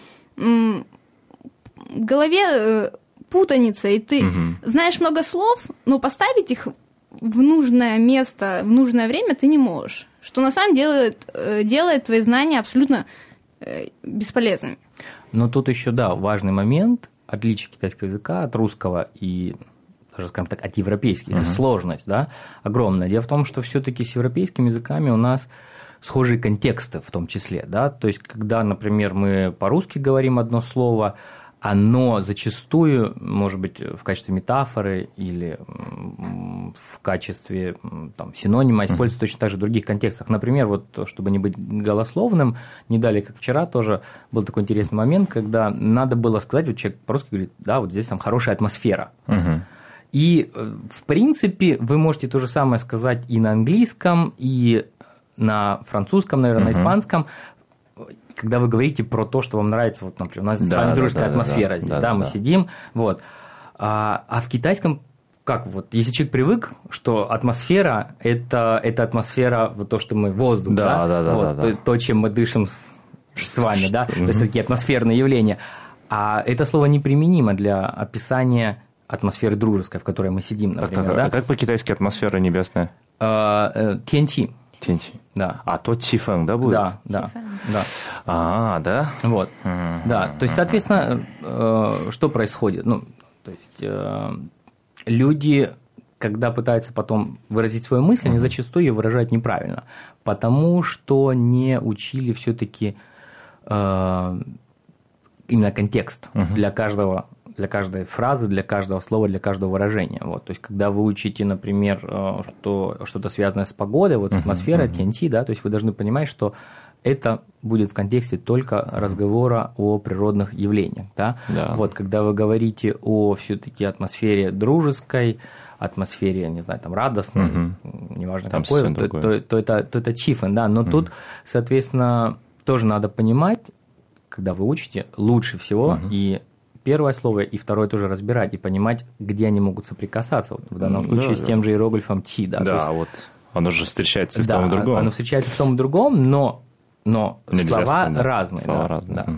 в голове путаница, и ты знаешь много слов, но поставить их в нужное место, в нужное время ты не можешь. Что на самом деле делает твои знания абсолютно бесполезными. Но тут еще, да, важный момент, отличие китайского языка от русского и, даже, скажем так, от европейских, сложность, да, огромная. Дело в том, что все-таки с европейскими языками у нас схожие контексты в том числе, да, то есть, когда, например, мы по-русски говорим одно слово, оно зачастую, может быть, в качестве метафоры или в качестве там, синонима используется точно так же в других контекстах. Например, вот, чтобы не быть голословным, не далее, как вчера, тоже был такой интересный момент, когда надо было сказать, вот человек по-русски говорит, да, вот здесь там хорошая атмосфера. И, в принципе, вы можете то же самое сказать и на английском, и на французском, наверное, на испанском, когда вы говорите про то, что вам нравится, вот, например, у нас с вами дружеская атмосфера здесь, мы сидим, вот. А в китайском, как вот, если человек привык, что атмосфера – это атмосфера, вот то, что мы, воздух, то, чем мы дышим с вами, да, то есть такие атмосферные явления, а это слово неприменимо для описания атмосферы дружеской, в которой мы сидим, например, да. А как по-китайски атмосфера небесная? Тяньти. Да. А то цифэн, да, будет? Да. Да? Вот. Да, то есть, соответственно, что происходит? Ну, то есть, люди, когда пытаются потом выразить свою мысль, они зачастую ее выражают неправильно, потому что не учили все-таки именно контекст для каждой фразы, для каждого слова, для каждого выражения. Вот. То есть, когда вы учите, например, что-то связанное с погодой, вот атмосфера, TNT, да, то есть вы должны понимать, что это будет в контексте только разговора о природных явлениях. Да? Да. Вот, когда вы говорите о все-таки атмосфере дружеской, атмосфере, не знаю, там, радостной, неважно там какой, то это чифен, да, но тут, соответственно, тоже надо понимать, когда вы учите, лучше всего и первое слово, и второе тоже разбирать, и понимать, где они могут соприкасаться. Вот в данном случае с тем же иероглифом «ти». Да, да, вот оно же встречается и в том и другом. Оно встречается в том и другом, но слова сказать, да. разные. Слова да, разные. Да.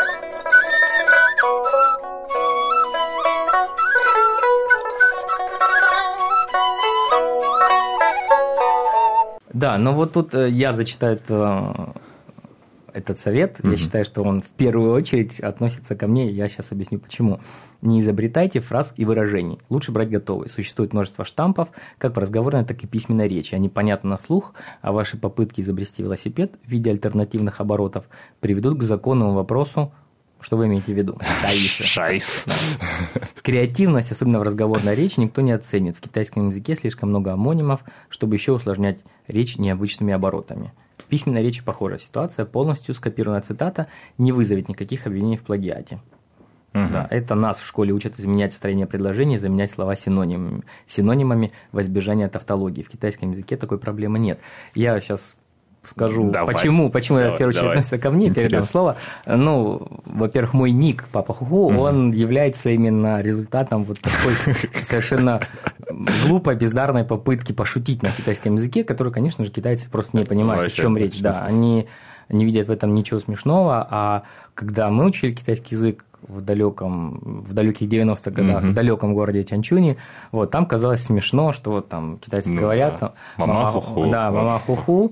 Да, но вот тут я зачитаю этот совет. Я считаю, что он в первую очередь относится ко мне. Я сейчас объясню, почему. Не изобретайте фраз и выражений. Лучше брать готовые. Существует множество штампов, как в разговорной, так и письменной речи. Они понятны на слух, а ваши попытки изобрести велосипед в виде альтернативных оборотов приведут к законному вопросу, что вы имеете в виду? Шайс. Креативность, особенно в разговорной речи, никто не оценит. В китайском языке слишком много амонимов, чтобы еще усложнять речь необычными оборотами. В письменной речи похожая ситуация, полностью скопированная цитата не вызовет никаких обвинений в плагиате. Да, это нас в школе учат изменять строение предложений, заменять слова синонимами во избежание тавтологии. В китайском языке такой проблемы нет. Я сейчас скажу, почему это в первую очередь относится ко мне, передам слово. Ну, во-первых, мой ник Папа Хуху, он является именно результатом вот такой совершенно глупой, бездарной попытки пошутить на китайском языке, которую, конечно же, китайцы просто не понимают, о чем речь. Да, они не видят в этом ничего смешного, а когда мы учили китайский язык в далеких 90-х годах, в далеком городе Чанчуни, вот, там казалось смешно, что вот там китайцы говорят, там, мама хуху. Да, мама хуху.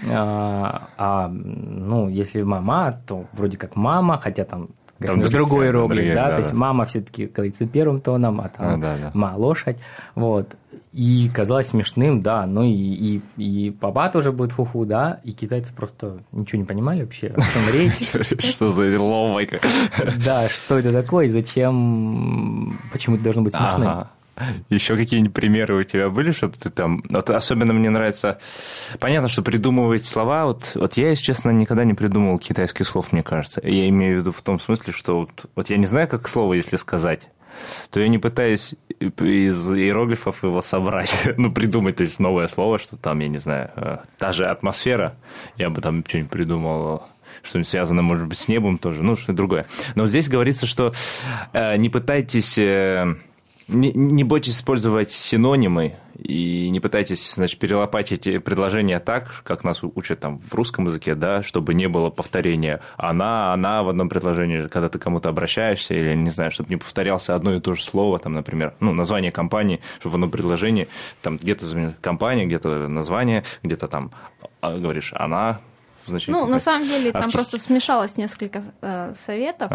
Если мама, то вроде как мама, хотя там другой иероглиф, да, то есть мама все-таки говорится первым тоном, а там ма лошадь, вот. И казалось смешным, да, ну и папа тоже будет хуху, да, и китайцы просто ничего не понимали вообще, о чем речь. Что за ломайка? Да, что это такое, зачем, почему это должно быть смешным. Еще какие-нибудь примеры у тебя были, чтобы ты там... Вот особенно мне нравится... Понятно, что придумывать слова... Вот я, если честно, никогда не придумывал китайских слов, мне кажется. Я имею в виду в том смысле, что вот я не знаю, как слово, если сказать, то я не пытаюсь из иероглифов его собрать, придумать, то есть новое слово, что там, я не знаю, та же атмосфера, я бы там что-нибудь придумал... Что-нибудь связано, может быть, с небом тоже, что-то другое. Но вот здесь говорится, что не пытайтесь... Не бойтесь использовать синонимы и не пытайтесь, перелопатить эти предложения так, как нас учат там в русском языке, да, чтобы не было повторения она в одном предложении, когда ты к кому-то обращаешься, или, не знаю, чтобы не повторялся одно и то же слово, там, например, название компании, чтобы в одном предложении там где-то компания, где-то название, где-то там говоришь она. На самом деле, там просто смешалось несколько советов.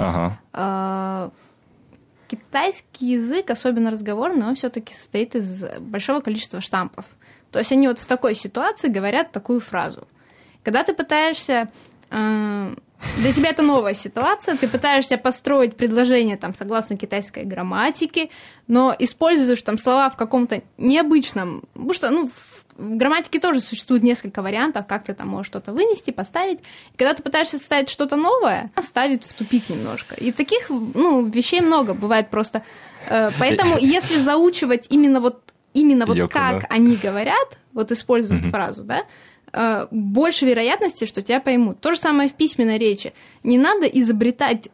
Китайский язык, особенно разговорный, он все-таки состоит из большого количества штампов. То есть они вот в такой ситуации говорят такую фразу. Когда ты пытаешься... Для тебя это новая ситуация, ты пытаешься построить предложение там, согласно китайской грамматике, но используешь там слова в каком-то необычном... Потому что в грамматике тоже существует несколько вариантов, как ты там можешь что-то вынести, поставить. И когда ты пытаешься составить что-то новое, она ставит в тупик немножко. И таких вещей много бывает просто. Поэтому если заучивать именно как они говорят, вот используют фразу, да, больше вероятности, что тебя поймут. То же самое в письменной речи. Не надо изобретать,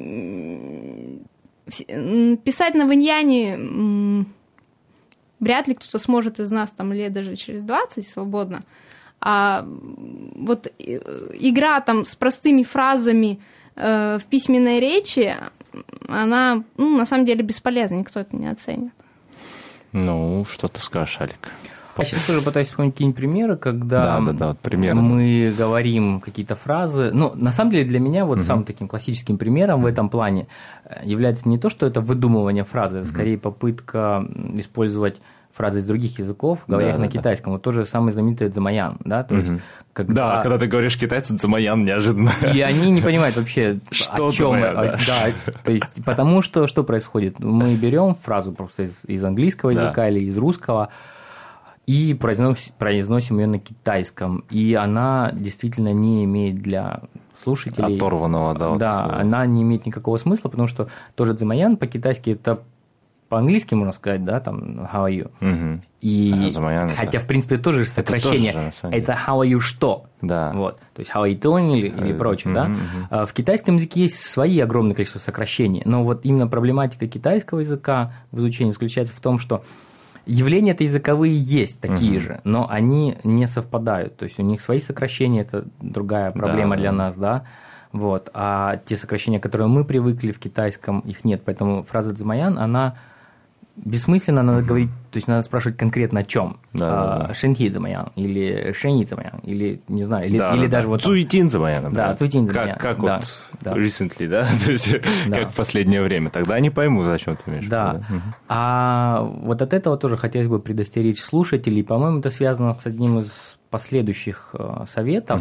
писать на вэньяне вряд ли кто-то сможет из нас там лет даже через 20 свободно. А вот игра там с простыми фразами в письменной речи, она, на самом деле бесполезна, никто это не оценит. Что ты скажешь, Алик? Я сейчас тоже пытаюсь вспомнить какие-нибудь примеры, когда мы говорим какие-то фразы. На самом деле для меня самым таким классическим примером в этом плане является не то, что это выдумывание фразы, это скорее попытка использовать фразы из других языков, говоря их на китайском. Вот тоже самый знаменитый дзамаян, да, то есть когда ты говоришь китайцы, дзамаян неожиданно. И они не понимают вообще, о чем это. Да, то есть потому что происходит? Мы берем фразу просто из английского языка или из русского, и произносим ее на китайском. И она действительно не имеет для слушателей... Оторванного, да. Да, она не имеет никакого смысла, потому что тоже «Цзэмаян» по-китайски это по-английски можно сказать, да, там «How are you?». И хотя, в принципе, тоже сокращение. Это «How are you что?». Да. Вот. То есть «How are you doing?» или прочее, да. В китайском языке есть свои огромное количество сокращений, но вот именно проблематика китайского языка в изучении заключается в том, что явления-то языковые есть такие же, но они не совпадают. То есть у них свои сокращения, это другая проблема для нас, да. Вот. А те сокращения, которые мы привыкли в китайском, их нет. Поэтому фраза «Цзэмаян», она бессмысленно, надо говорить, то есть надо спрашивать конкретно о чем. «Шэньхи Цзэмаян» или «Шэньи Цзэмаян» или, не знаю, или даже вот… «Цуйтин Цзэмаян». Да, «Цуйтин Цзэмаян». Как вот recently, да? То есть как в последнее время. Тогда они поймут, о чем ты имеешь. Да. А вот от этого тоже хотелось бы предостеречь слушателей. По-моему, это связано с одним из последующих советов,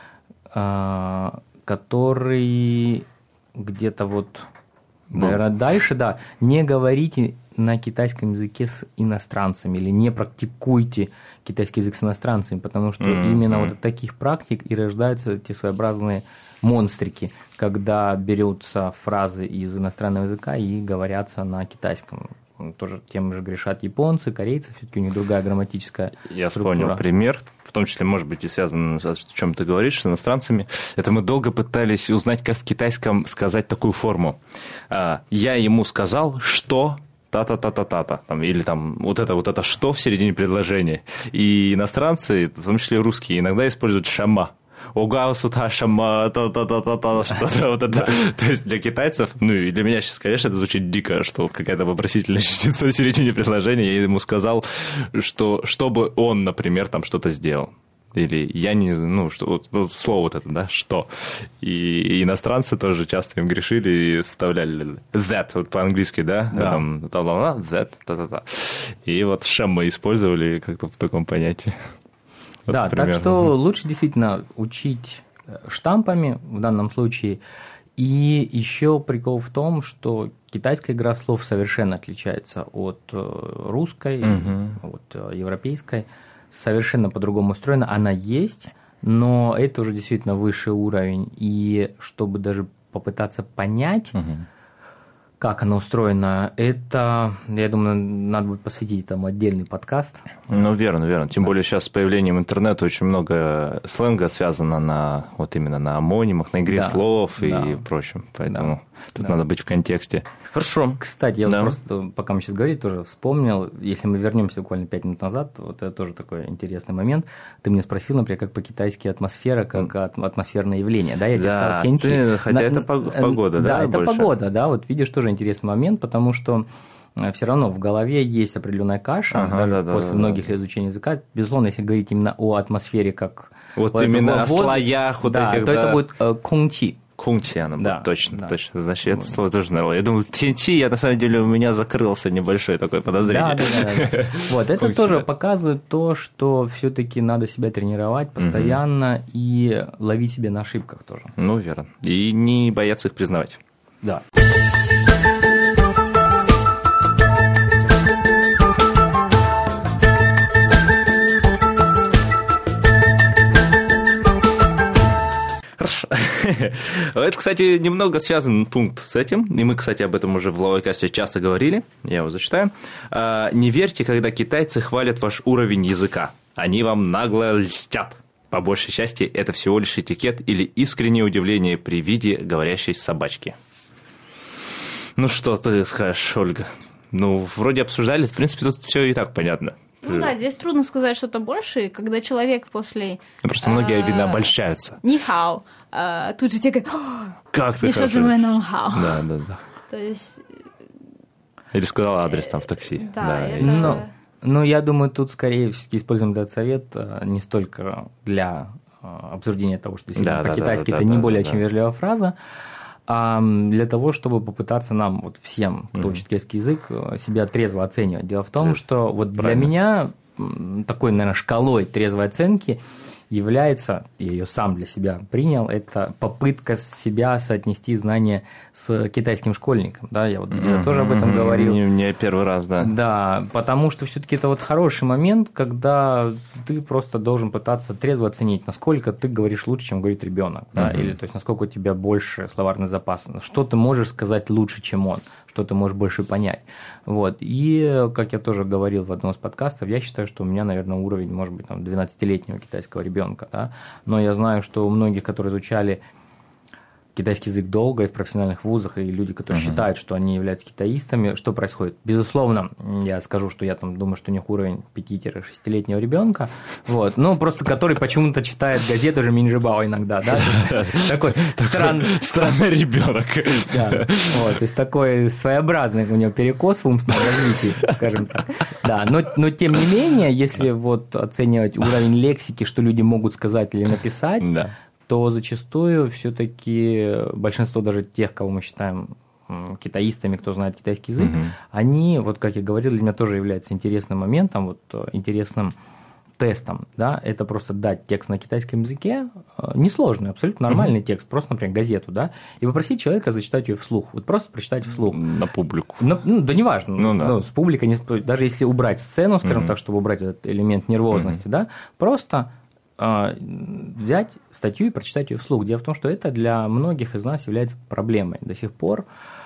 который где-то вот, наверное, дальше, да, не говорите на китайском языке с иностранцами или не практикуйте китайский язык с иностранцами, потому что именно вот от таких практик и рождаются те своеобразные монстрики, когда берутся фразы из иностранного языка и говорятся на китайском. Тоже тем же грешат японцы, корейцы, все-таки у них другая грамматическая структура. Я вспомнил пример, в том числе, может быть, и связано с о чем ты говоришь, с иностранцами. Это мы долго пытались узнать, как в китайском сказать такую форму. Я ему сказал, что та-та-та-та-та-та, или там вот это что в середине предложения. И иностранцы, в том числе русские, иногда используют шама. Огаусута шама, та-та-та-та-та, что-то вот это. То есть для китайцев, ну и для меня сейчас, конечно, это звучит дико, что вот какая-то вопросительная частица в середине предложения. Я ему сказал, что чтобы он, например, там что-то сделал. Или я не, ну, что, вот слово вот это, да, что. И иностранцы тоже часто им грешили и вставляли that, вот по-английски, да, там, that, та-та-та. И вот шам мы использовали как-то в таком понятии. Вот, да, примерно. Так что лучше действительно учить штампами в данном случае. И еще прикол в том, что китайская игра слов совершенно отличается от русской, от европейской. Совершенно по-другому устроена, она есть, но это уже действительно высший уровень, и чтобы даже попытаться понять, как она устроена, это, я думаю, надо будет посвятить этому отдельный подкаст. Ну, верно. Тем более сейчас с появлением интернета очень много сленга связано на, вот именно на амонимах, на игре слов и прочем, поэтому тут надо быть в контексте. Хорошо. Кстати, я вот просто, пока мы сейчас говорили, тоже вспомнил, если мы вернемся буквально 5 минут назад, вот это тоже такой интересный момент. Ты меня спросил, например, как по-китайски атмосфера, как атмосферное явление, да? Я тебе сказал тяньти. Хотя это погода, да? Да, это больше. Да, вот видишь, тоже интересный момент, потому что все равно в голове есть определенная каша, даже после многих изучений языка. Безусловно, если говорить именно о атмосфере, как… Вот именно о слоях вот этих, то это будет кунчи. Кунчи она будет, точно. Значит, это слово тоже знал. Я думал, тяньти, на самом деле у меня закрылся небольшое такое подозрение. Да. Вот, это тоже показывает то, что все-таки надо себя тренировать постоянно и ловить себя на ошибках тоже. Ну, верно. И не бояться их признавать. Да. Хорошо. Это, кстати, немного связан пункт с этим, и мы, кстати, об этом уже в Лавайкасте часто говорили, я его зачитаю. Не верьте, когда китайцы хвалят ваш уровень языка, они вам нагло льстят. По большей части это всего лишь этикет или искреннее удивление при виде говорящей собачки. Ну, что ты скажешь, Ольга? Ну, вроде обсуждали, в принципе, тут все и так понятно. Ну да, здесь трудно сказать что-то больше, когда человек после… Просто многие, видно, обольщаются. Нихао, тут же тебе говорят, как ты хорошо. Да. То есть… Или сказала адрес там в такси. Да, это… Ну, я думаю, тут скорее все-таки используем этот совет не столько для обсуждения того, что действительно по-китайски это не более чем вежливая фраза, а для того, чтобы попытаться нам, вот всем, кто учит китайский язык, себя трезво оценивать. Дело в том, что вот для меня такой, наверное, шкалой трезвой оценки является, я ее сам для себя принял, это попытка себя соотнести знания с китайским школьником. Да, я вот где-то тоже об этом говорил. Не первый раз, да. Да, потому что все-таки это вот хороший момент, когда ты просто должен пытаться трезво оценить, насколько ты говоришь лучше, чем говорит ребенок, да, или то есть насколько у тебя больше словарный запас, что ты можешь сказать лучше, чем он, что ты можешь больше понять. Вот. И, как я тоже говорил в одном из подкастов, я считаю, что у меня, наверное, уровень, может быть, там, 12-летнего китайского ребенка, да? Но я знаю, что у многих, которые изучали китайский язык долго и в профессиональных вузах, и люди, которые считают, что они являются китаистами, что происходит? Безусловно, я скажу, что я там думаю, что у них уровень 5-6-летнего ребенка, вот, ну, просто который почему-то читает газету уже Минжибао иногда, да, такой странный ребенок. Да, вот, то есть такой своеобразный у него перекос в умственном развитии, скажем так. Да, но тем не менее, если вот оценивать уровень лексики, что люди могут сказать или написать, то зачастую все-таки большинство даже тех, кого мы считаем китаистами, кто знает китайский язык, они, вот как я говорил, для меня тоже является интересным моментом, вот интересным тестом, да, это просто дать текст на китайском языке, несложный, абсолютно нормальный текст, просто, например, газету, да, и попросить человека зачитать ее вслух, вот просто прочитать вслух. На публику. Да неважно, с публикой, даже если убрать сцену, скажем так, чтобы убрать этот элемент нервозности, да, просто взять статью и прочитать ее вслух. Дело в том, что это для многих из нас является проблемой до сих пор,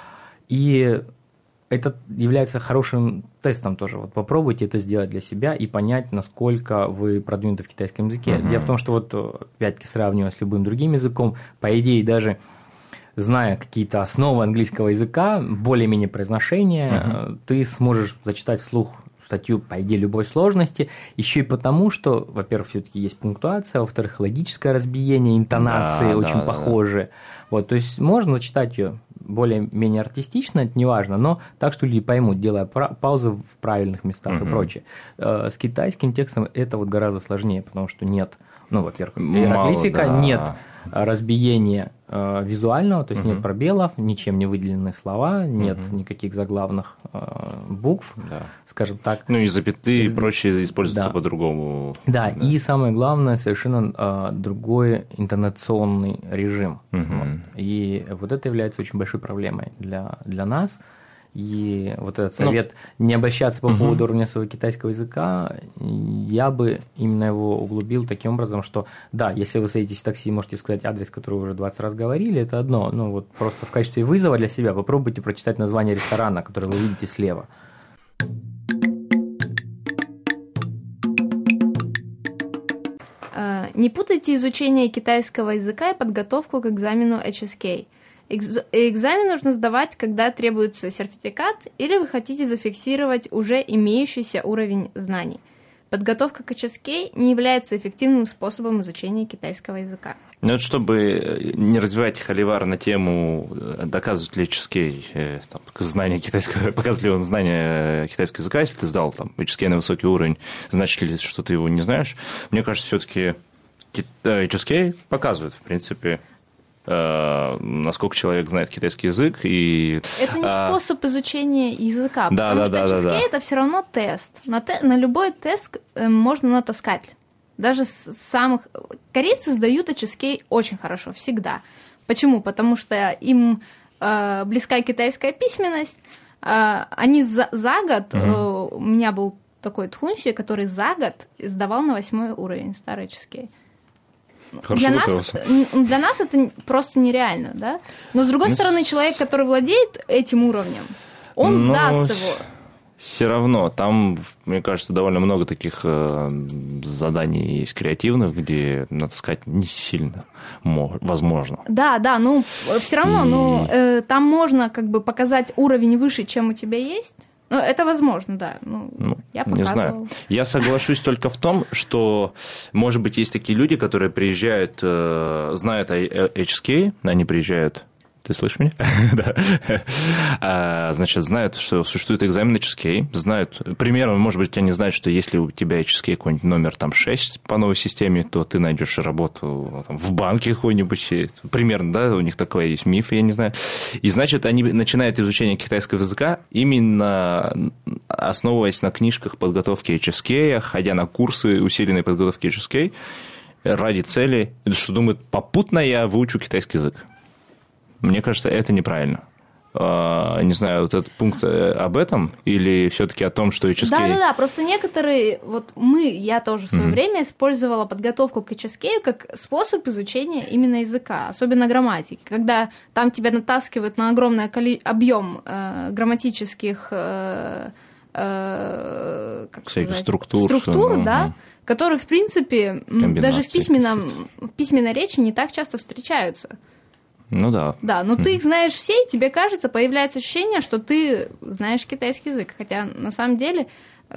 и это является хорошим тестом тоже. Вот попробуйте это сделать для себя и понять, насколько вы продвинуты в китайском языке. Дело в том, что вот опять-таки сравнивая с любым другим языком, по идее даже зная какие-то основы английского языка, более-менее произношение, ты сможешь зачитать вслух статью, по идее, любой сложности, еще и потому, что, во-первых, все-таки есть пунктуация, во-вторых, логическое разбиение, интонации очень похожи. Вот, то есть можно читать ее более-менее артистично, это неважно, но так, что люди поймут, делая паузы в правильных местах и прочее. С китайским текстом это вот гораздо сложнее, потому что нет, ну, во-первых, иероглифика, нет разбиения визуального, то есть нет пробелов, ничем не выделены слова, нет никаких заглавных букв, скажем так. Ну и запятые и прочее используются по-другому. Да, и самое главное, совершенно другой интонационный режим. Вот. И вот это является очень большой проблемой для нас. И вот этот совет не обольщаться по поводу уровня своего китайского языка, я бы именно его углубил таким образом, что да, если вы садитесь в такси, можете сказать адрес, который вы уже 20 раз говорили, это одно, ну вот просто в качестве вызова для себя попробуйте прочитать название ресторана, который вы видите слева. Не путайте изучение китайского языка и подготовку к экзамену HSK. Экзамен нужно сдавать, когда требуется сертификат, или вы хотите зафиксировать уже имеющийся уровень знаний. Подготовка к HSK не является эффективным способом изучения китайского языка. Ну, это чтобы не развивать холивар на тему, доказывает ли HSK знание китайского, показывает ли он знание китайского языка, если ты сдал там HSK на высокий уровень, значит ли, что ты его не знаешь. Мне кажется, все-таки HSK показывает, в принципе, насколько человек знает китайский язык. И, это не способ изучения языка, потому что HSK это все равно тест. На любой тест можно натаскать. Даже самых... Корейцы сдают HSK очень хорошо, всегда. Почему? Потому что им близка китайская письменность. Они за год... У меня был такой тхунси, который за год сдавал на 8 уровень старый HSK. Для нас это просто нереально, да? Но, с другой стороны, человек, который владеет этим уровнем, он сдаст его. Все равно, там, мне кажется, довольно много таких заданий есть креативных, где натаскать не сильно возможно. Да, ну, все равно, там можно как бы показать уровень выше, чем у тебя есть. Ну, это возможно, да. Я показывала. Не знаю. Я соглашусь только в том, что, может быть, есть такие люди, которые приезжают, знают о HSK, они приезжают... Ты слышишь меня? Да. Значит, знают, что существует экзамен HSK, знают, примерно, может быть, они знают, что если у тебя HSK какой-нибудь номер там 6 по новой системе, то ты найдешь работу там, в банке какой-нибудь, примерно, да, у них такой есть миф, я не знаю. И, значит, они начинают изучение китайского языка именно основываясь на книжках подготовки HSK, ходя на курсы усиленной подготовки HSK. ради цели, что думают, попутно я выучу китайский язык. Мне кажется, это неправильно. Не знаю, вот этот пункт об этом или все-таки о том, что HSK... Да, просто некоторые, я тоже в свое время использовала подготовку к HSK как способ изучения именно языка, особенно грамматики, когда там тебя натаскивают на огромный объем грамматических структур, да, которые, в принципе, даже в письменной речи не так часто встречаются. Ну да. Да, но ты их знаешь все, и тебе кажется, появляется ощущение, что ты знаешь китайский язык, хотя на самом деле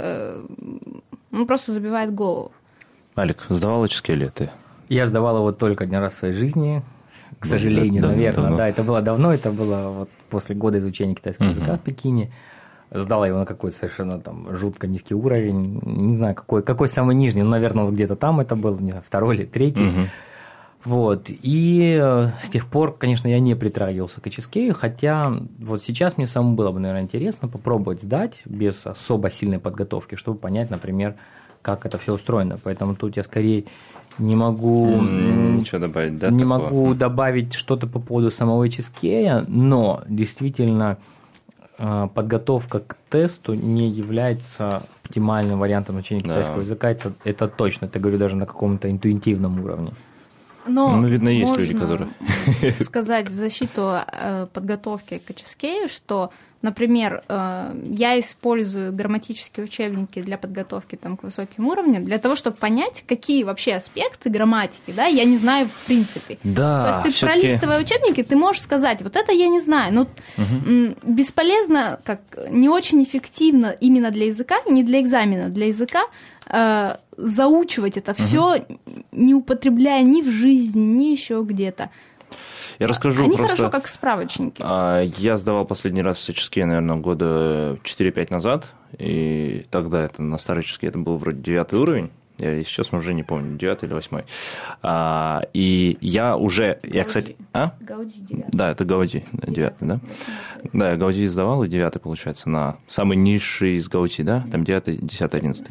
он просто забивает голову. Алик, сдавал HSK ли ты? Я сдавал его только один раз в своей жизни, к сожалению, наверное. Давно. Да, это было давно, это было вот после года изучения китайского языка в Пекине. Сдала его на какой-то совершенно там жутко низкий уровень, не знаю, какой самый нижний, но, наверное, вот где-то там это был, не знаю, второй или третий. Вот, и с тех пор, конечно, я не притрагивался к HSK, хотя вот сейчас мне самому было бы, наверное, интересно попробовать сдать без особо сильной подготовки, чтобы понять, например, как это все устроено. Поэтому тут я скорее не могу ничего добавить, да, не могу добавить что-то по поводу самого HSK, но действительно подготовка к тесту не является оптимальным вариантом изучения китайского языка, это точно, это говорю даже на каком-то интуитивном уровне. Но видно, есть можно люди, которые... сказать в защиту подготовки к HSK, что, например, я использую грамматические учебники для подготовки к высоким уровням, для того, чтобы понять, какие вообще аспекты грамматики, да, я не знаю в принципе. Да, то есть ты пролистывая учебники, ты можешь сказать, вот это я не знаю, но бесполезно, не очень эффективно именно для языка, не для экзамена, для языка, заучивать это все, не употребляя ни в жизни, ни еще где-то. Я расскажу Они просто... хорошо как справочники. Я сдавал последний раз HSK, наверное, года 4-5 назад, и тогда это на старой HSK это был вроде 9 уровень, я сейчас уже не помню, 9 или 8. И я уже... Гауди. Кстати... Гауди 9. Да, это Гауди 9, да? Да, я Гауди сдавал, и 9, получается, на самый низший из Гауди, да? Там 9, 10, 11.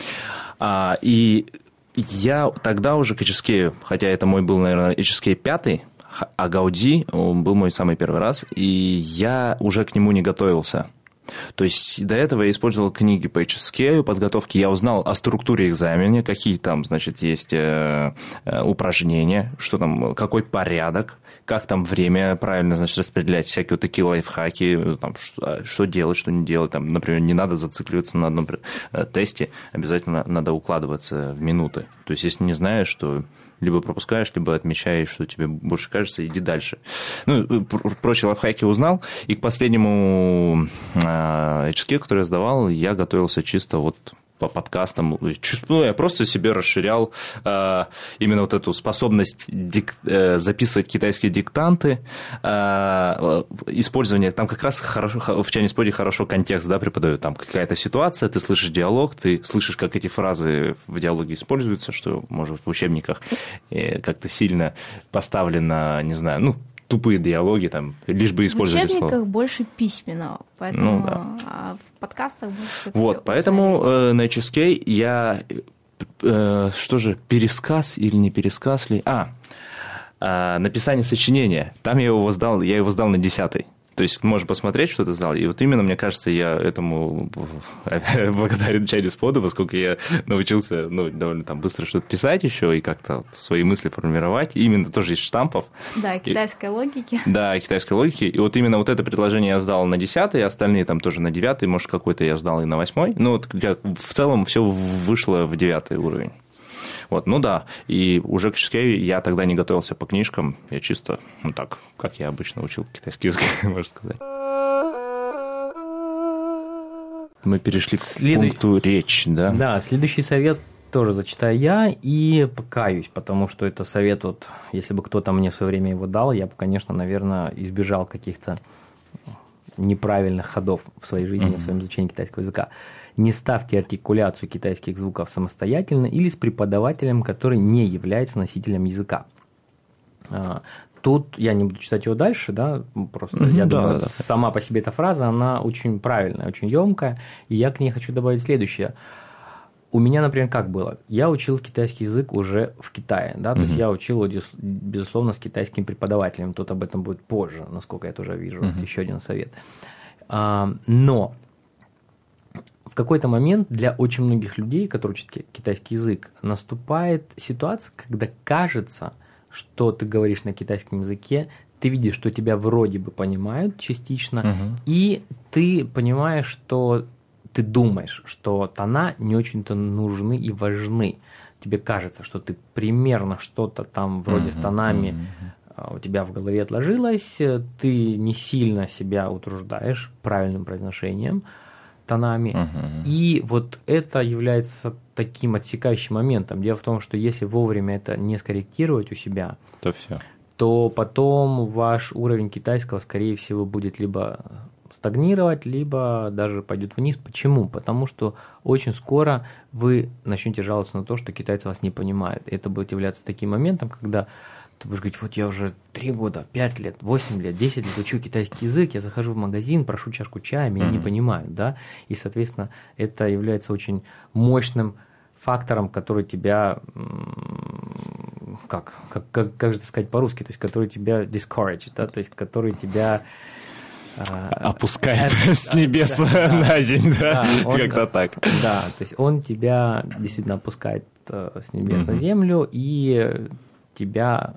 И я тогда уже к HSK, хотя это мой был, наверное, HSK 5, а Гауди был мой самый первый раз, и я уже к нему не готовился. То есть до этого я использовал книги по HSK, подготовки, я узнал о структуре экзамена, какие там, значит, есть упражнения, что там, какой порядок, как там время правильно, значит, распределять, всякие вот такие лайфхаки, там, что делать, что не делать, там, например, не надо зацикливаться на одном тесте, обязательно надо укладываться в минуты. То есть, если не знаешь, что либо пропускаешь, либо отмечаешь, что тебе больше кажется, иди дальше. Прочие лайфхаки узнал, и к последнему HSK, который я сдавал, я готовился чисто вот по подкастам. Я просто себе расширял именно вот эту способность записывать китайские диктанты, использование, там как раз хорошо, в Chinese Pod хорошо контекст, да, преподают, там какая-то ситуация, ты слышишь диалог, ты слышишь, как эти фразы в диалоге используются, что, может, в учебниках как-то сильно поставлено, не знаю, тупые диалоги, там, лишь бы использовать слово. В учебниках больше письменного, поэтому а в подкастах больше... Вот, поэтому на HSK я... что же, пересказ или не пересказ ли? Написание сочинения. Там я его сдал на 10-й. То есть, можешь посмотреть, что ты сдал. И вот именно, мне кажется, я этому благодарен Chinese Pod, поскольку я научился довольно быстро что-то писать еще и как-то свои мысли формировать. И именно тоже из штампов. Да, китайской логики. Да, китайской логики. И вот именно вот это предложение я сдал на 10-й, остальные там тоже на 9-й, может, какой-то я сдал и на 8-й. Ну, вот в целом все вышло в 9-й уровень. Вот, и уже к HSK я тогда не готовился по книжкам, я чисто, так, как я обычно учил китайский язык, можно сказать. Мы перешли к пункту речь, да? Да, следующий совет тоже зачитаю я и покаюсь, потому что это совет, вот, если бы кто-то мне в свое время его дал, я бы, конечно, наверное, избежал каких-то неправильных ходов в своей жизни, в своем изучении китайского языка. Не ставьте артикуляцию китайских звуков самостоятельно или с преподавателем, который не является носителем языка. Тут я не буду читать его дальше, да, просто я думаю, сама по себе эта фраза, она очень правильная, очень емкая, и я к ней хочу добавить следующее. у меня, например, как было? Я учил китайский язык уже в Китае, да, то есть я учил его, безусловно, с китайским преподавателем, тут об этом будет позже, насколько я тоже вижу, еще один совет. Но в какой-то момент для очень многих людей, которые учат китайский язык, наступает ситуация, когда кажется, что ты говоришь на китайском языке, ты видишь, что тебя вроде бы понимают частично, и ты понимаешь, что ты думаешь, что тона не очень-то нужны и важны. Тебе кажется, что ты примерно что-то там вроде с тонами у тебя в голове отложилось, ты не сильно себя утруждаешь правильным произношением тонами, и вот это является таким отсекающим моментом. Дело в том, что если вовремя это не скорректировать у себя, то все. То потом ваш уровень китайского, скорее всего, будет либо стагнировать, либо даже пойдет вниз. Почему? Потому что очень скоро вы начнете жаловаться на то, что китайцы вас не понимают. И это будет являться таким моментом, когда ты будешь говорить, вот я уже 3 года, 5 лет, 8 лет, 10 лет учу китайский язык, я захожу в магазин, прошу чашку чая, меня не понимают, да, и, соответственно, это является очень мощным фактором, который тебя, как же это сказать по-русски, то есть который тебя discourage, да, то есть который тебя опускает с небес на землю, да, как-то так. Да, то есть он тебя действительно опускает с небес на землю и тебя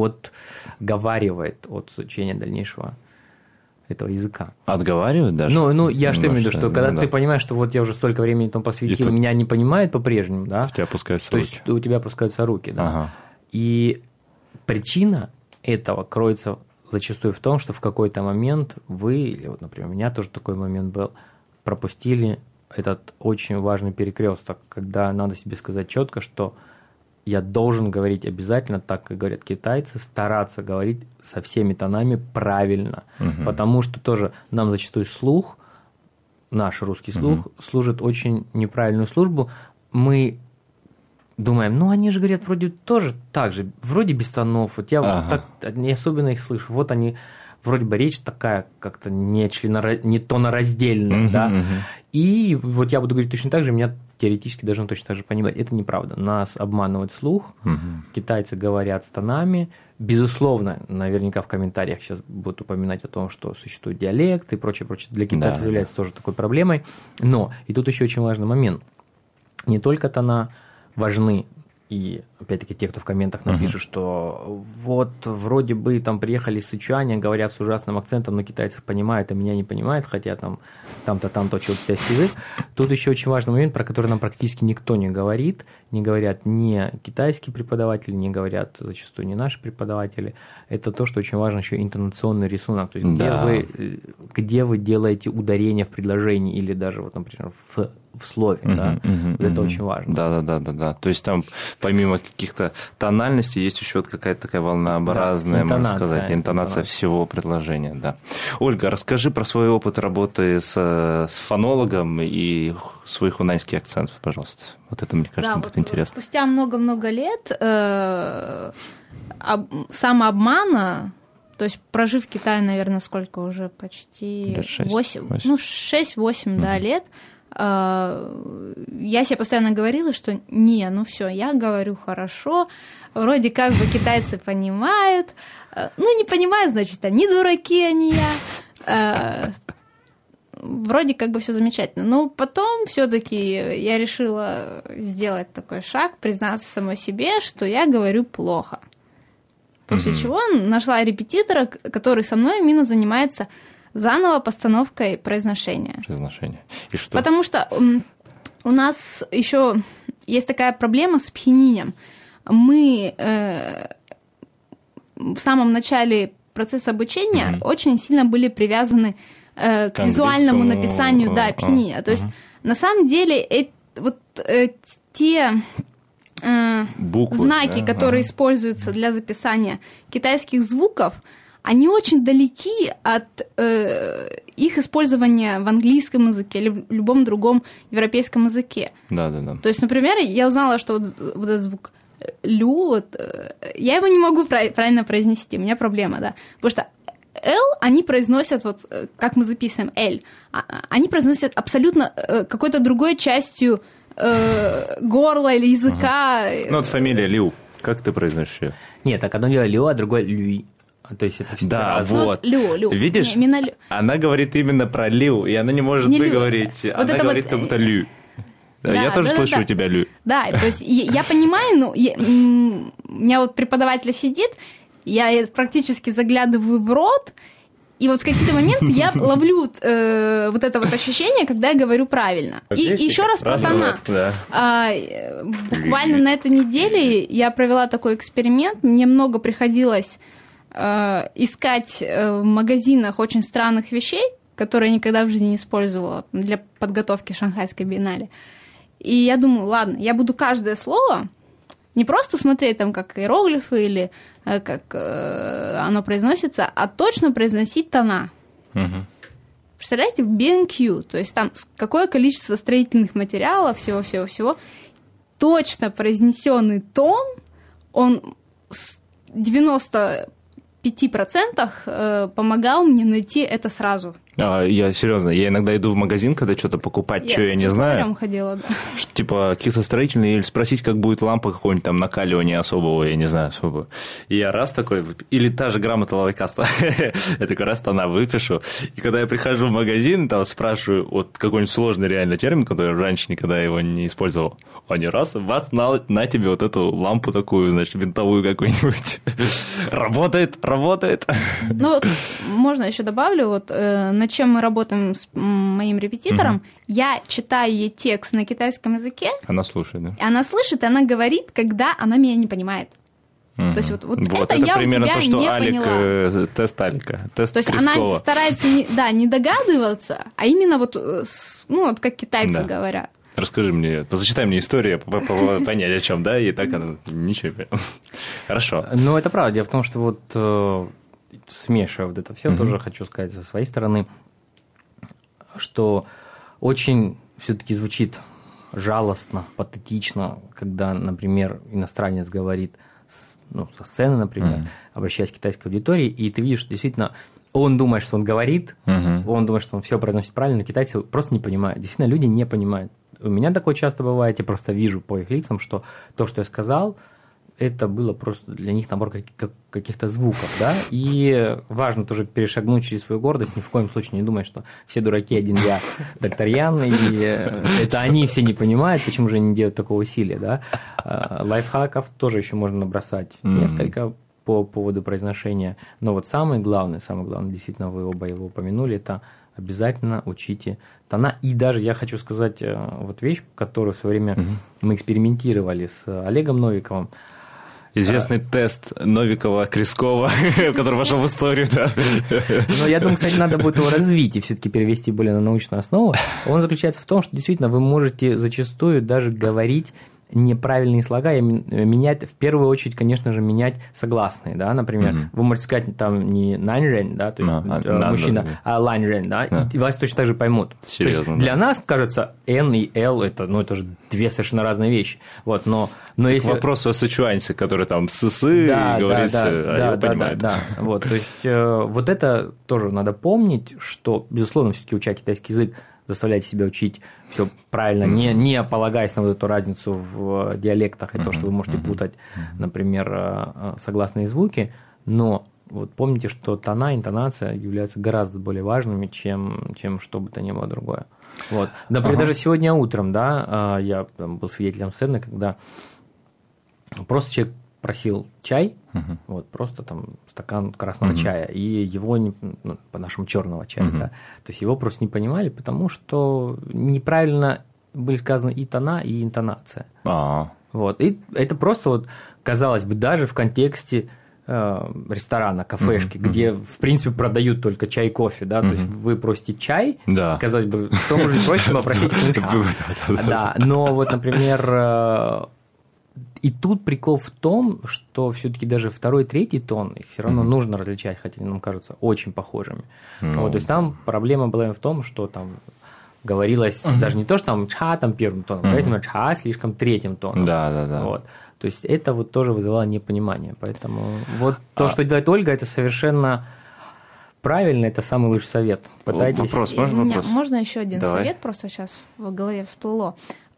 отговаривает от изучения дальнейшего этого языка. Отговаривают даже? Ну я что имею в виду, что когда ты понимаешь, что вот я уже столько времени этому посвятил, меня не понимают по-прежнему, да? У тебя опускаются руки. То есть у тебя опускаются руки, да. И причина этого кроется зачастую в том, что в какой-то момент вы, или вот, например, у меня тоже такой момент был, пропустили этот очень важный перекресток, когда надо себе сказать четко, что я должен говорить обязательно так, как говорят китайцы, стараться говорить со всеми тонами правильно, потому что тоже нам зачастую слух, наш русский слух, служит очень неправильную службу. Мы думаем, ну они же говорят вроде тоже так же, вроде без тонов, вот я вот так не особенно их слышу, вот они, вроде бы речь такая как-то не тонораздельная, да, и вот я буду говорить точно так же, меня теоретически должны точно так же понимать. Это неправда. Нас обманывает слух, китайцы говорят с тонами. Безусловно, наверняка в комментариях сейчас будут упоминать о том, что существует диалект и прочее. Для китайцев является тоже такой проблемой. Но, и тут еще очень важный момент. Не только тона важны, и опять-таки те, кто в комментах напишут, что вот вроде бы там приехали из Сычуаня, говорят с ужасным акцентом, но китайцы понимают, а меня не понимают, хотя там-то учил китайский язык. Тут еще очень важный момент, про который нам практически никто не говорит, не говорят ни китайские преподаватели, не говорят зачастую не наши преподаватели. Это то, что очень важно еще интонационный рисунок, то есть где вы делаете ударение в предложении или даже, вот, например, в слове, да, это очень важно. Да. То есть там помимо каких-то тональностей есть еще вот какая-то такая волнообразная, можно сказать, интонация всего предложения, да. Ольга, расскажи про свой опыт работы с фонологом и свой хунаньский акцент, пожалуйста. Вот это, мне кажется, будет интересно. Спустя много-много лет самообмана, то есть прожив в Китае, наверное, сколько уже, почти 6-8 лет, я себе постоянно говорила, что все, я говорю хорошо, вроде как бы китайцы понимают, не понимают, значит, они дураки, а не я. Вроде как бы все замечательно. Но потом все-таки я решила сделать такой шаг, признаться самой себе, что я говорю плохо. После чего нашла репетитора, который со мной именно занимается заново постановкой произношения. И что? Потому что у нас еще есть такая проблема с пхенинем. Мы в самом начале процесса обучения очень сильно были привязаны к визуальному написанию пхениня. То есть на самом деле те буквы, знаки, которые используются для записания китайских звуков, они очень далеки от их использования в английском языке или в любом другом европейском языке. Да. То есть, например, я узнала, что вот этот звук «лю», я его не могу правильно произнести, у меня проблема, да. Потому что «л» они произносят, вот как мы записываем «л», они произносят абсолютно какой-то другой частью горла или языка. Ну, вот фамилия Лю. Как ты произносишь ее? Нет, так одно дело Лю, а другое Люй. То есть это все да, разное. вот. Лю. Видишь, она говорит именно про Лю, и она не может не выговорить. Вот она говорит как будто Лю. Да, я тоже слышу у тебя Лю. Да, то есть я понимаю, ну, у меня вот преподаватель сидит, я практически заглядываю в рот, и вот в какие-то моменты я ловлю вот это вот ощущение, когда я говорю правильно. И еще раз про тона. Буквально на этой неделе я провела такой эксперимент. Мне много приходилось искать в магазинах очень странных вещей, которые я никогда в жизни не использовала для подготовки Шанхайской биеннале. И я думаю, ладно, я буду каждое слово не просто смотреть там как иероглифы или как оно произносится, а точно произносить тона. Угу. Представляете, в B&Q, то есть там какое количество строительных материалов, всего-всего-всего, точно произнесенный тон, он с 95% помогал мне найти это сразу. Я серьезно, я иногда иду в магазин, когда что-то покупать, что я не знаю. Ходила, да. Типа каких-то строительных, или спросить, как будет лампа какого-нибудь там накаливания особого, я не знаю особо. И я раз такой, или та же грамота лавайкаста, я такой раз тона выпишу. И когда я прихожу в магазин, там спрашиваю вот какой-нибудь сложный реально термин, который раньше никогда его не использовал, они раз, вас на тебе вот эту лампу такую, значит, винтовую какую-нибудь. Работает. Ну вот, можно еще добавлю, вот над чем мы работаем с моим репетитором, я читаю ей текст на китайском языке. Она слушает, да? Она слышит, и она говорит, когда она меня не понимает. То есть вот это я примерно у тебя то, что не Алик, поняла. Тест Алика, тест То есть Трескова. она старается не догадываться, а именно вот, ну, вот как китайцы говорят. Расскажи мне, зачитай мне историю, понять о чем, да, и так она ничего не поняла. Хорошо. Ну, это правда. Дело в том, что вот смешивая вот это все, тоже хочу сказать со своей стороны, что очень все-таки звучит жалостно, патетично, когда, например, иностранец говорит, со сцены, например, обращаясь к китайской аудитории, и ты видишь, действительно, он думает, что он говорит, он думает, что он все произносит правильно, но китайцы просто не понимают. Действительно, люди не понимают. У меня такое часто бывает, я просто вижу по их лицам, что то, что я сказал, это было просто для них набор каких-то звуков, да, и важно тоже перешагнуть через свою гордость, ни в коем случае не думать, что все дураки, один я, доктор Ян, и это они все не понимают, почему же они делают такого усилия, да. Лайфхаков тоже еще можно набросать несколько по поводу произношения, но вот самое главное, действительно, вы оба его упомянули, это обязательно учите тона. И даже я хочу сказать вот вещь, которую в свое время мы экспериментировали с Олегом Новиковым. Известный тест Новикова-Крескова, который вошел в историю, да. Но я думаю, кстати, надо будет его развить и все-таки перевести более на научную основу. Он заключается в том, что действительно вы можете зачастую даже говорить неправильные слога и менять, в первую очередь, конечно же, менять согласные, да, например, вы можете сказать там не наньрен, да, то есть мужчина, а ланьрен, да, и вас точно так же поймут. Серьезно, то есть для нас, кажется, N и L это же две совершенно разные вещи, вот, но если... Вопрос о сычуаньце, который там сы-сы говорит, его понимает. Да, вот, то есть вот это тоже надо помнить, что, безусловно, все-таки уча китайский язык, заставляйте себя учить все правильно, не полагаясь на вот эту разницу в диалектах и то, что вы можете путать, например, согласные звуки, но вот помните, что тона, интонация являются гораздо более важными, чем что бы то ни было другое. Вот. Например, даже сегодня утром, да, я был свидетелем сцены, когда просто человек просил чай, вот просто там стакан красного чая, и его, по-нашему, черного чая, да, то есть его просто не понимали, потому что неправильно были сказаны и тона, и интонация. Вот. И это просто, вот, казалось бы, даже в контексте ресторана, кафешки, где, в принципе, продают только чай и кофе, да, то есть вы просите чай, казалось бы, что может быть проще, чем попросить чай. Да, но вот, например, и тут прикол в том, что все-таки даже второй, третий тон, их все равно нужно различать, хотя они нам кажутся очень похожими. Вот, то есть там проблема была в том, что там говорилось даже не то, что там чха там первым тоном, а чха слишком третьим тоном. Да. Вот. То есть это вот тоже вызывало непонимание. Поэтому вот то, что делает Ольга, это совершенно правильно, это самый лучший совет. Пытайтесь. Можно еще один совет, просто сейчас в голове всплыло.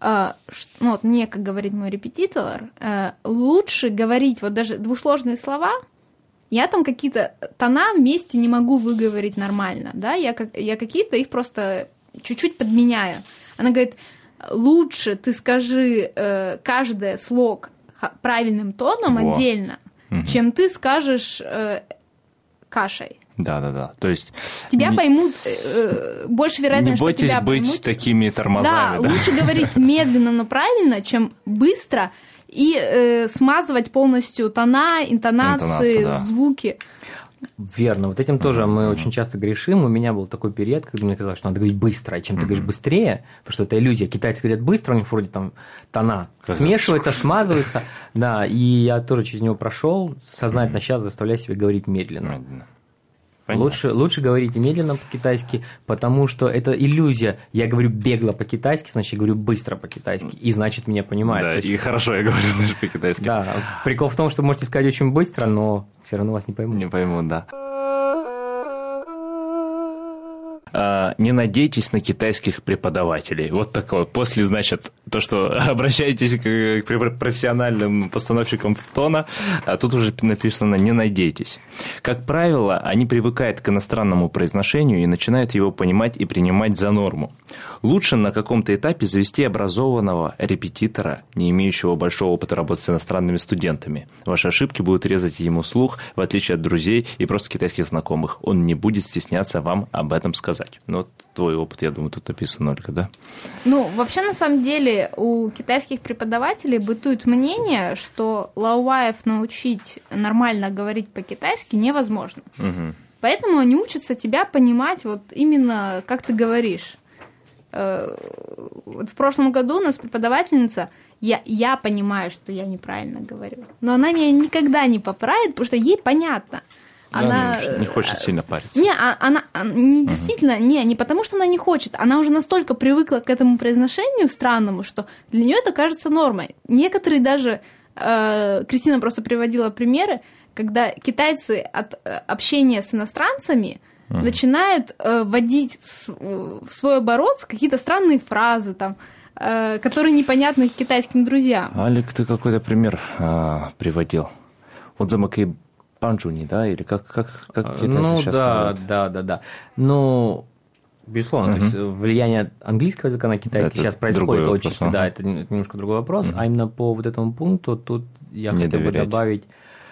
вот мне, как говорит мой репетитор, лучше говорить вот даже двусложные слова. Я там какие-то тона вместе не могу выговорить нормально, да, я какие-то их просто чуть-чуть подменяю. Она говорит, лучше ты скажи каждый слог правильным тоном отдельно, чем ты скажешь кашей. Да. То есть тебя поймут, больше вероятно, что тебя поймут. Не бойтесь быть такими тормозами. Да, лучше говорить медленно, но правильно, чем быстро и смазывать полностью тона, интонации, звуки. Верно, вот этим тоже мы очень часто грешим. У меня был такой период, когда мне казалось, что надо говорить быстро, а чем ты говоришь быстрее, потому что это иллюзия. Китайцы говорят быстро, у них вроде там тона смешиваются, смазываются. Да, и я тоже через него прошел, сознательно сейчас заставляю себя говорить медленно. Лучше говорите медленно по-китайски, потому что это иллюзия. Я говорю бегло по-китайски, значит, я говорю быстро по-китайски, и значит, меня понимают. Да, есть, и хорошо я говорю, знаешь, по-китайски. Да, прикол в том, что можете сказать очень быстро, но все равно вас не поймут. Не поймут, да. Не надейтесь на китайских преподавателей. Вот такое. После, значит, то, что обращаетесь к профессиональным постановщикам тона, а тут уже написано «не надейтесь». Как правило, они привыкают к иностранному произношению и начинают его понимать и принимать за норму. Лучше на каком-то этапе завести образованного репетитора, не имеющего большого опыта работы с иностранными студентами. Ваши ошибки будут резать ему слух, в отличие от друзей и просто китайских знакомых. Он не будет стесняться вам об этом сказать. Ну, вот твой опыт, я думаю, тут описан, Ольга, да? Ну, вообще, на самом деле, у китайских преподавателей бытует мнение, что лаоваев научить нормально говорить по-китайски невозможно. Угу. Поэтому они учатся тебя понимать вот именно, как ты говоришь. Вот в прошлом году у нас преподавательница, я понимаю, что я неправильно говорю, но она меня никогда не поправит, потому что ей понятно. Она не хочет сильно париться. Не, она не действительно, не потому что она не хочет, она уже настолько привыкла к этому произношению странному, что для нее это кажется нормой. Некоторые даже, Кристина просто приводила примеры, когда китайцы от общения с иностранцами начинают вводить в свой оборот какие-то странные фразы, там, которые непонятны их китайским друзьям. Алик, ты какой-то пример приводил. Вот замакай панчуни, да, или как китайцы сейчас говорят? Да. Ну, безусловно, то есть влияние английского языка на китайский сейчас происходит очень, да, это немножко другой вопрос. А именно по вот этому пункту тут я хотел бы добавить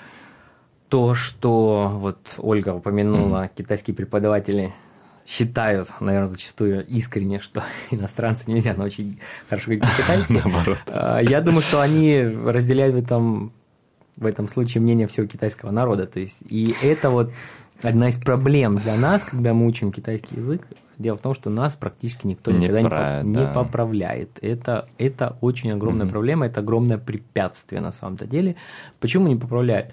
то, что вот Ольга упомянула, китайские преподаватели считают, наверное, зачастую искренне, что иностранцы нельзя научить хорошо говорить по-китайски. Наоборот. Я думаю, что они разделяют в этом случае мнение всего китайского народа. То есть, и это вот одна из проблем для нас, когда мы учим китайский язык. Дело в том, что нас практически никто никогда не поправляет. Это очень огромная проблема, это огромное препятствие на самом-то деле. Почему не поправляют?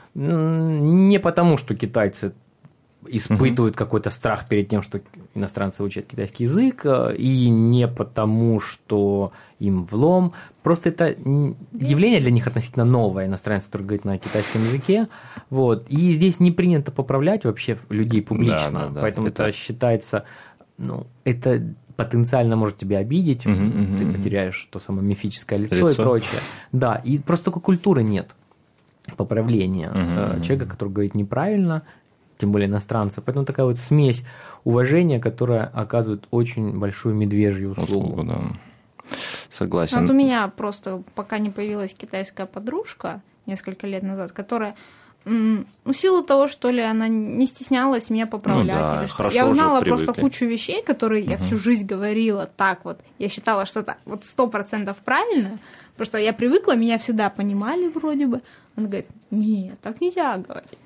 Не потому, что китайцы испытывают какой-то страх перед тем, что иностранцы учат китайский язык, и не потому, что им влом. Просто это явление для них относительно новое, иностранец, который говорит на китайском языке. Вот. И здесь не принято поправлять вообще людей публично. Да. Поэтому это считается, это потенциально может тебя обидеть, ты потеряешь то самое мифическое лицо и прочее. Да, и просто такой культуры нет поправления человека, который говорит неправильно, тем более иностранца. Поэтому такая вот смесь уважения, которая оказывает очень большую медвежью услугу. Да. Согласен. Вот у меня просто пока не появилась китайская подружка несколько лет назад, которая в силу того, что ли, она не стеснялась меня поправлять. Или что. Я узнала просто кучу вещей, которые я всю жизнь говорила так вот. Я считала, что это вот 100% правильно, потому что я привыкла, меня всегда понимали вроде бы. Она говорит, нет, так нельзя говорить.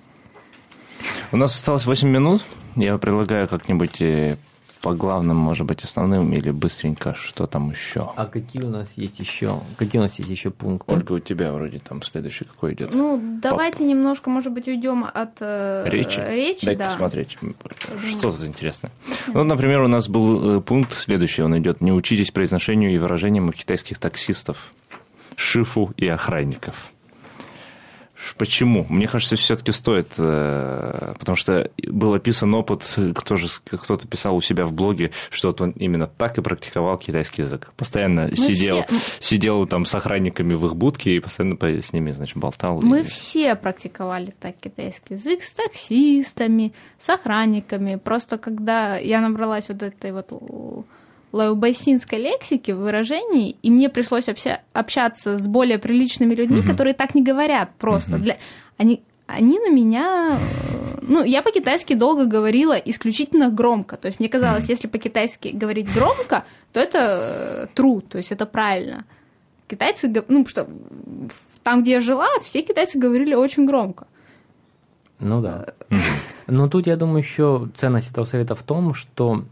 У нас осталось 8 минут. Я предлагаю как-нибудь по главным, может быть, основным или быстренько, что там еще. А какие у нас есть еще пункты? Ольга, у тебя вроде там следующий какой идет? Давайте немножко, может быть, уйдем от речи. Дай посмотреть, что тут интересное. Например, у нас был пункт следующий, он идет: не учитесь произношению и выражениям у китайских таксистов, шифу и охранников. почему? Мне кажется, все-таки стоит, потому что был описан опыт, кто-то писал у себя в блоге, что вот он именно так и практиковал китайский язык. Постоянно сидел там с охранниками в их будке и постоянно с ними, значит, болтал. Мы все практиковали так китайский язык с таксистами, с охранниками. Просто когда я набралась вот этой вот лаобайсинской лексики, выражений, и мне пришлось общаться с более приличными людьми, которые так не говорят просто. Они на меня... Ну, я по-китайски долго говорила исключительно громко. То есть мне казалось, если по-китайски говорить громко, то это true, то есть это правильно. Китайцы... Ну, что там, где я жила, все китайцы говорили очень громко. Ну да. Но тут, я думаю, еще ценность этого совета в том, что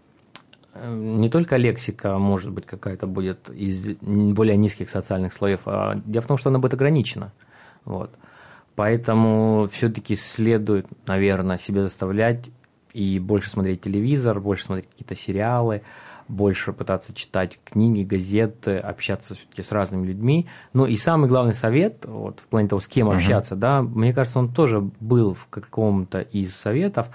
не только лексика, может быть, какая-то будет из более низких социальных слоев, а дело в том, что она будет ограничена. Вот. Поэтому все-таки следует, наверное, себя заставлять и больше смотреть телевизор, больше смотреть какие-то сериалы, больше пытаться читать книги, газеты, общаться все-таки с разными людьми. Ну и самый главный совет, вот, в плане того, с кем общаться, да, мне кажется, он тоже был в каком-то из советов.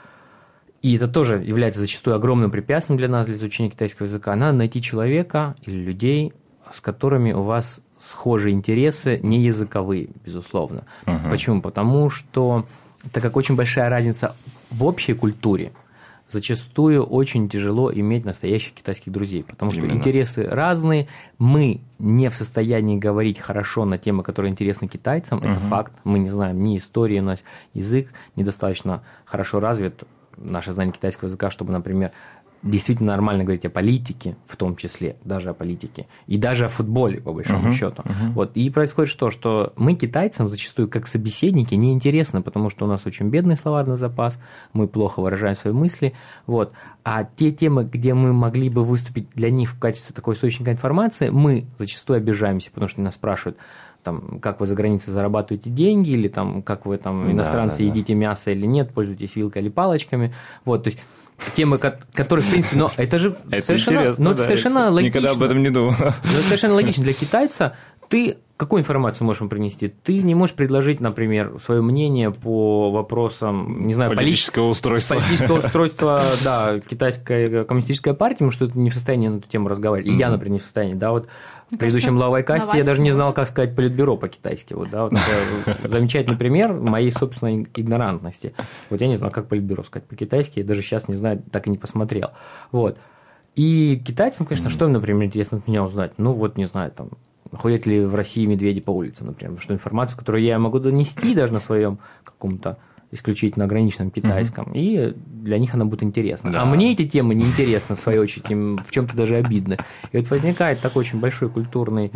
И это тоже является зачастую огромным препятствием для нас, для изучения китайского языка. Надо найти человека или людей, с которыми у вас схожие интересы, не языковые, безусловно. Почему? Потому что, так как очень большая разница в общей культуре, зачастую очень тяжело иметь настоящих китайских друзей, потому что интересы разные, мы не в состоянии говорить хорошо на темы, которые интересны китайцам, это факт, мы не знаем ни истории, у нас язык недостаточно хорошо развит, наше знание китайского языка, чтобы, например, действительно нормально говорить о политике, в том числе, даже о политике, и даже о футболе, по большому счету. Вот. И происходит что мы китайцам зачастую как собеседники неинтересны, потому что у нас очень бедный словарный запас, мы плохо выражаем свои мысли, вот. А те темы, где мы могли бы выступить для них в качестве такого источника информации, мы зачастую обижаемся, потому что нас спрашивают, там, как вы за границей зарабатываете деньги, или там, как вы там, иностранцы, едите мясо или нет, пользуетесь вилкой или палочками. Вот, то есть темы, которые, в принципе, но это же совершенно логично. Никогда об этом не думал. Это совершенно логично для китайца. Ты какую информацию можешь им принести? Ты не можешь предложить, например, свое мнение по вопросам, не знаю, политического устройства, да, китайской коммунистической партии, потому что ты не в состоянии на эту тему разговаривать. И я, например, не в состоянии. Да, вот в предыдущем лаовайкасте я даже не знал, как сказать политбюро по-китайски. Вот, да, вот это замечательный пример моей собственной игнорантности. Вот я не знал, как политбюро сказать по-китайски, я даже сейчас не знаю, так и не посмотрел. Вот. И китайцам, конечно, что им, например, интересно от меня узнать? Ну, вот, не знаю, там, ходят ли в России медведи по улицам, например, потому что информацию, которую я могу донести даже на своем каком-то исключительно ограниченном китайском, и для них она будет интересна. Да. А мне эти темы не интересны, в свою очередь, им в чем-то даже обидно. И вот возникает такой очень большой культурный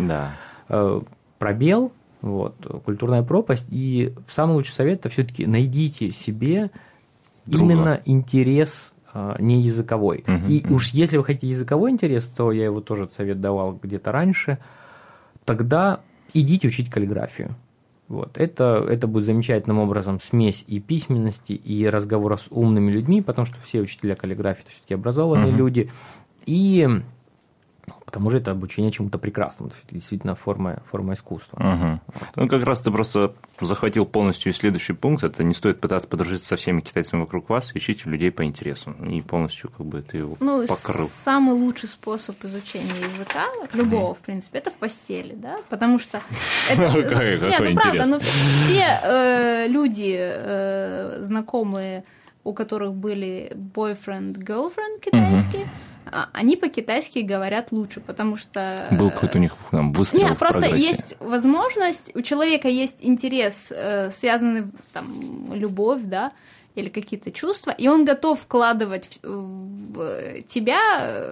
пробел, вот, культурная пропасть, и самый лучший совет – это все-таки найдите себе именно интерес не языковой. И уж если вы хотите языковой интерес, то я его тоже совет давал где-то раньше, тогда идите учить каллиграфию. Вот. Это будет замечательным образом смесь и письменности, и разговора с умными людьми, потому что все учителя каллиграфии – это все-таки образованные люди. И к тому же это обучение чему-то прекрасному, это действительно форма искусства. Ну, как раз ты просто захватил полностью и следующий пункт, это не стоит пытаться подружиться со всеми китайцами вокруг вас, ищите людей по интересам, и полностью как бы ты его покрыл. Самый лучший способ изучения языка, любого, в принципе, это в постели, да, потому что это... Нет, ну правда, но все люди, знакомые, у которых были boyfriend, girlfriend китайские, они по-китайски говорят лучше, потому что... Был какой-то у них выстрел. Нет, просто есть возможность, у человека есть интерес, связанный, там, любовь, да, или какие-то чувства, и он готов вкладывать в тебя,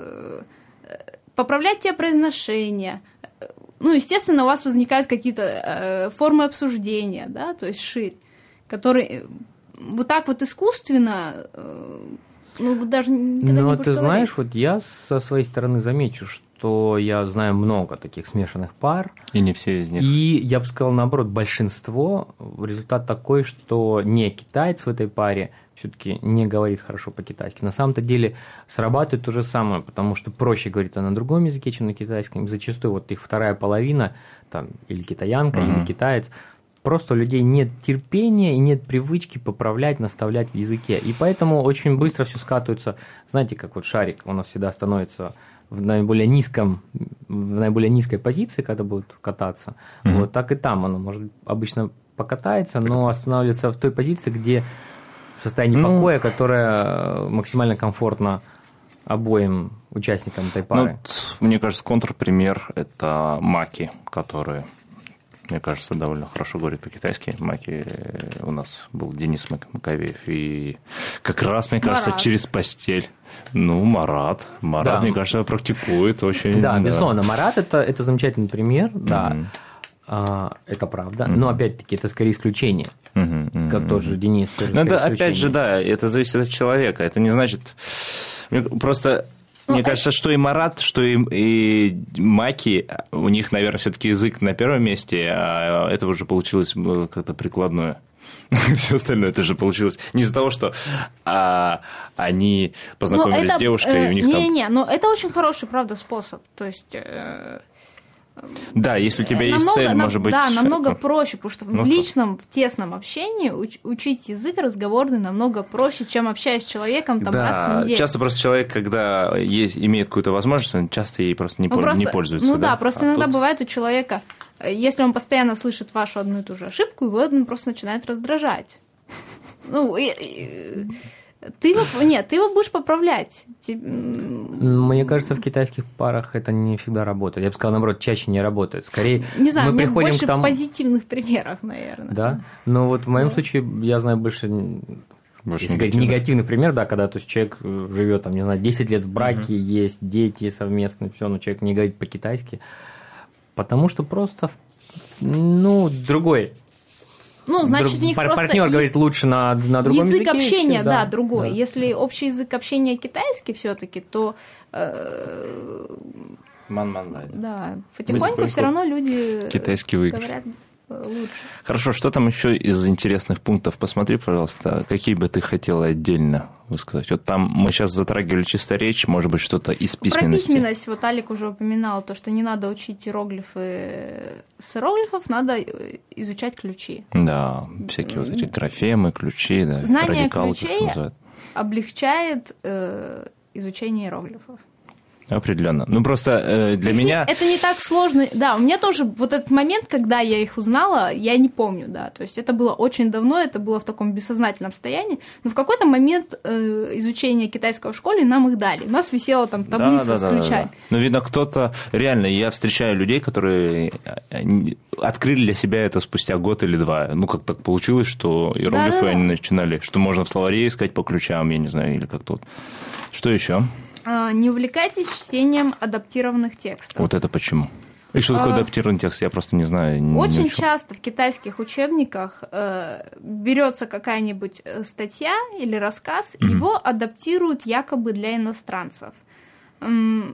поправлять тебе произношение. Ну, естественно, у вас возникают какие-то формы обсуждения, да, то есть ширь, которые вот так вот искусственно... Ну, даже никогда не ты знаешь, вот я со своей стороны замечу, что я знаю много таких смешанных пар. И не все из них. И я бы сказал, наоборот, большинство, результат такой, что не китаец в этой паре все-таки не говорит хорошо по-китайски. На самом-то деле срабатывает то же самое, потому что проще говорить на другом языке, чем на китайском. Зачастую вот их вторая половина, там, или китаянка, или китаец, просто у людей нет терпения и нет привычки поправлять, наставлять в языке. И поэтому очень быстро все скатывается, знаете, как вот шарик, у нас всегда становится в наиболее низкой позиции, когда будет кататься. Вот так и там оно может обычно покатается, но останавливается в той позиции, где в состоянии покоя, которая максимально комфортна обоим участникам этой пары. Мне кажется, контрпример – это маки, которые, мне кажется, довольно хорошо говорят по-китайски. Маки у нас был Денис Маковеев, и как раз, мне кажется, Марат. Через постель. Марат, да. Мне кажется, практикует очень. Да, безусловно, Марат – это замечательный пример, да. Это правда, но опять-таки это скорее исключение, как тот же Денис. Это, опять же, да, это зависит от человека. Это не значит... Просто мне кажется, что и Марат, что и Маки, у них, наверное, все-таки язык на первом месте, а это уже получилось как-то прикладное. Все остальное это же получилось не из-за того, что они познакомились с девушкой, и у них там... Не-не, но это очень хороший, правда, способ. То есть... Да, если у тебя есть цель, может быть... Да, намного проще, потому что в личном, в тесном общении учить язык разговорный намного проще, чем общаясь с человеком там раз в неделю. Часто просто человек, когда имеет какую-то возможность, он часто ей просто не пользуется. Ну да, просто иногда бывает у человека, если он постоянно слышит вашу одну и ту же ошибку, его это просто начинает раздражать. Ты его будешь поправлять. Мне кажется, в китайских парах это не всегда работает. Я бы сказал, наоборот, чаще не работает. Скорее, не знаю, мы приходим больше к тому... позитивных примеров, наверное. Да? Но вот в моем случае я знаю больше если говорить негативный пример, да, когда то есть человек живет, там, не знаю, 10 лет в браке, есть дети совместные, все, но человек не говорит по-китайски, потому что просто, другой. Значит, у них просто... Партнер говорит лучше на другом языке. Язык общения, да, другой. Да. Если общий язык общения китайский все-таки, то... Да, потихоньку все равно люди китайский выигрыш. Говорят лучше. Хорошо, что там еще из интересных пунктов? Посмотри, пожалуйста, какие бы ты хотела отдельно высказать. Вот там мы сейчас затрагивали чисто речь, может быть, что-то из письменности. Про письменность, вот Алик уже упоминал, то, что не надо учить иероглифы с иероглифов, надо изучать ключи. Да, всякие вот эти графемы, ключи, да, знание ключей облегчает изучение иероглифов. Определенно. Просто для меня... Это не так сложно. Да, у меня тоже вот этот момент, когда я их узнала, я не помню, да. То есть это было очень давно, это было в таком бессознательном состоянии. Но в какой-то момент изучения китайского в школе нам их дали. У нас висела там таблица с ключами. Да. Но, видно, кто-то... Реально, я встречаю людей, которые открыли для себя это спустя год или два. Как так получилось, что иероглифы они начинали, что можно в словаре искать по ключам, я не знаю, или как-то вот. Что еще? Не увлекайтесь чтением адаптированных текстов. Вот это почему? И что такое адаптированный текст? Я просто не знаю. Очень часто в китайских учебниках берется какая-нибудь статья или рассказ, его адаптируют якобы для иностранцев. То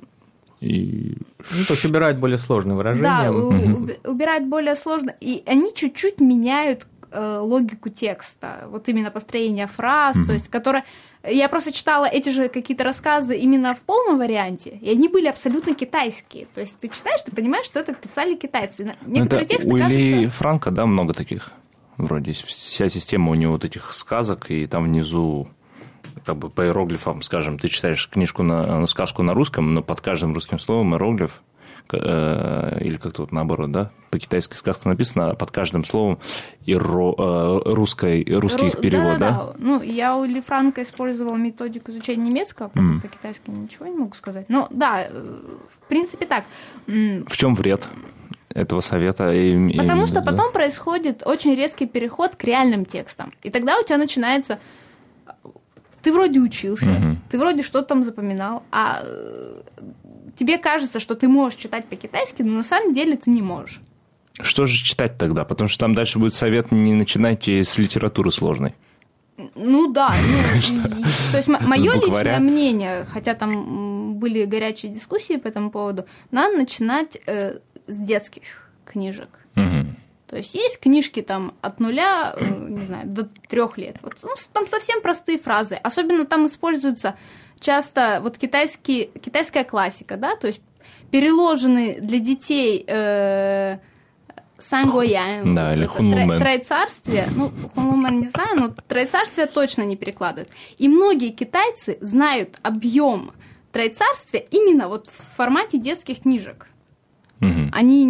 есть убирают более сложные выражения. Да, убирают более сложно. И они чуть-чуть меняют логику текста, вот именно построение фраз, то есть, которая... Я просто читала эти же какие-то рассказы именно в полном варианте, и они были абсолютно китайские. То есть ты читаешь, ты понимаешь, что это писали китайцы. Некоторые тексты, у кажется... Ильи Франка, да, много таких. Вроде вся система у него вот этих сказок, и там внизу как бы по иероглифам, скажем, ты читаешь сказку на русском, но под каждым русским словом иероглиф, или как-то вот наоборот, да, по-китайски сказка написана, а под каждым словом русский их перевод, да? Я у Ли Франка использовала методику изучения немецкого, поэтому по-китайски ничего не могу сказать. Но да, в принципе так. В чем вред этого совета? Потому что потом происходит очень резкий переход к реальным текстам. И тогда у тебя начинается... Ты вроде учился, ты вроде что-то там запоминал, а тебе кажется, что ты можешь читать по-китайски, но на самом деле ты не можешь. Что же читать тогда? Потому что там дальше будет совет: не начинайте с литературы сложной. Да. То есть мое личное мнение, хотя там были горячие дискуссии по этому поводу, надо начинать с детских книжек. То есть есть книжки там от 0, не знаю, до 3 лет. Вот, там совсем простые фразы. Особенно там используются часто вот китайская классика, да, то есть переложены для детей Сангояем. Да, или Хунлумен. Троецарствие, Хунлумен не знаю, но Троецарствие точно не перекладывают. И многие китайцы знают объем Троецарствия именно вот в формате детских книжек. Они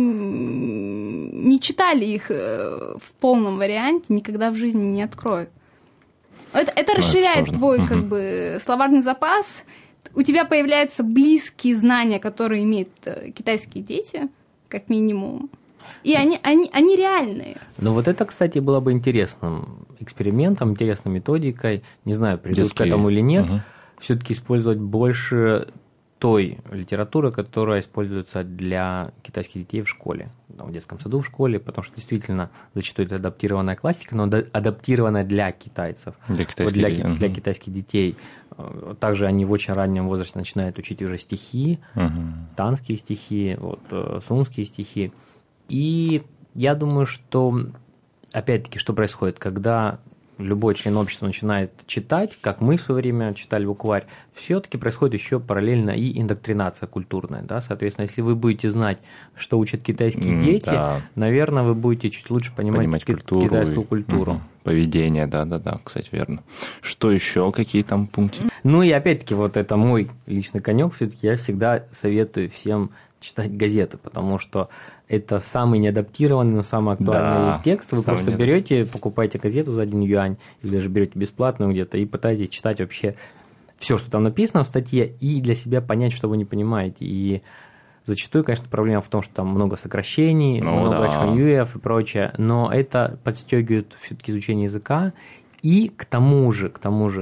не читали их в полном варианте, никогда в жизни не откроют. Это расширяет твой словарный запас. У тебя появляются близкие знания, которые имеют китайские дети, как минимум. И они реальные. Но вот это, кстати, было бы интересным экспериментом, интересной методикой. Не знаю, придут к этому или нет. Все-таки использовать больше той литературы, которая используется для китайских детей в школе, в детском саду, в школе, потому что действительно зачастую это адаптированная классика, но адаптированная для китайцев, для китайских детей. Также они в очень раннем возрасте начинают учить уже стихи, танские стихи, сунские стихи. И я думаю, что, опять-таки, что происходит, когда любой член общества начинает читать, как мы в свое время читали букварь, все-таки происходит еще параллельно и индоктринация культурная. Да? Соответственно, если вы будете знать, что учат китайские дети, наверное, вы будете чуть лучше понимать китайскую культуру. Поведение, да, кстати, верно. Что еще? Какие там пункты? Ну и опять-таки, вот это мой личный конек, все-таки я всегда советую всем читать газеты, потому что это самый неадаптированный, но самый актуальный текст. Вы просто берете, покупаете газету за 1 юань, или же берете бесплатную где-то и пытаетесь читать вообще все, что там написано в статье, и для себя понять, что вы не понимаете. И зачастую, конечно, проблема в том, что там много сокращений, много очканьюев и прочее, но это подстегивает все-таки изучение языка. И к тому же,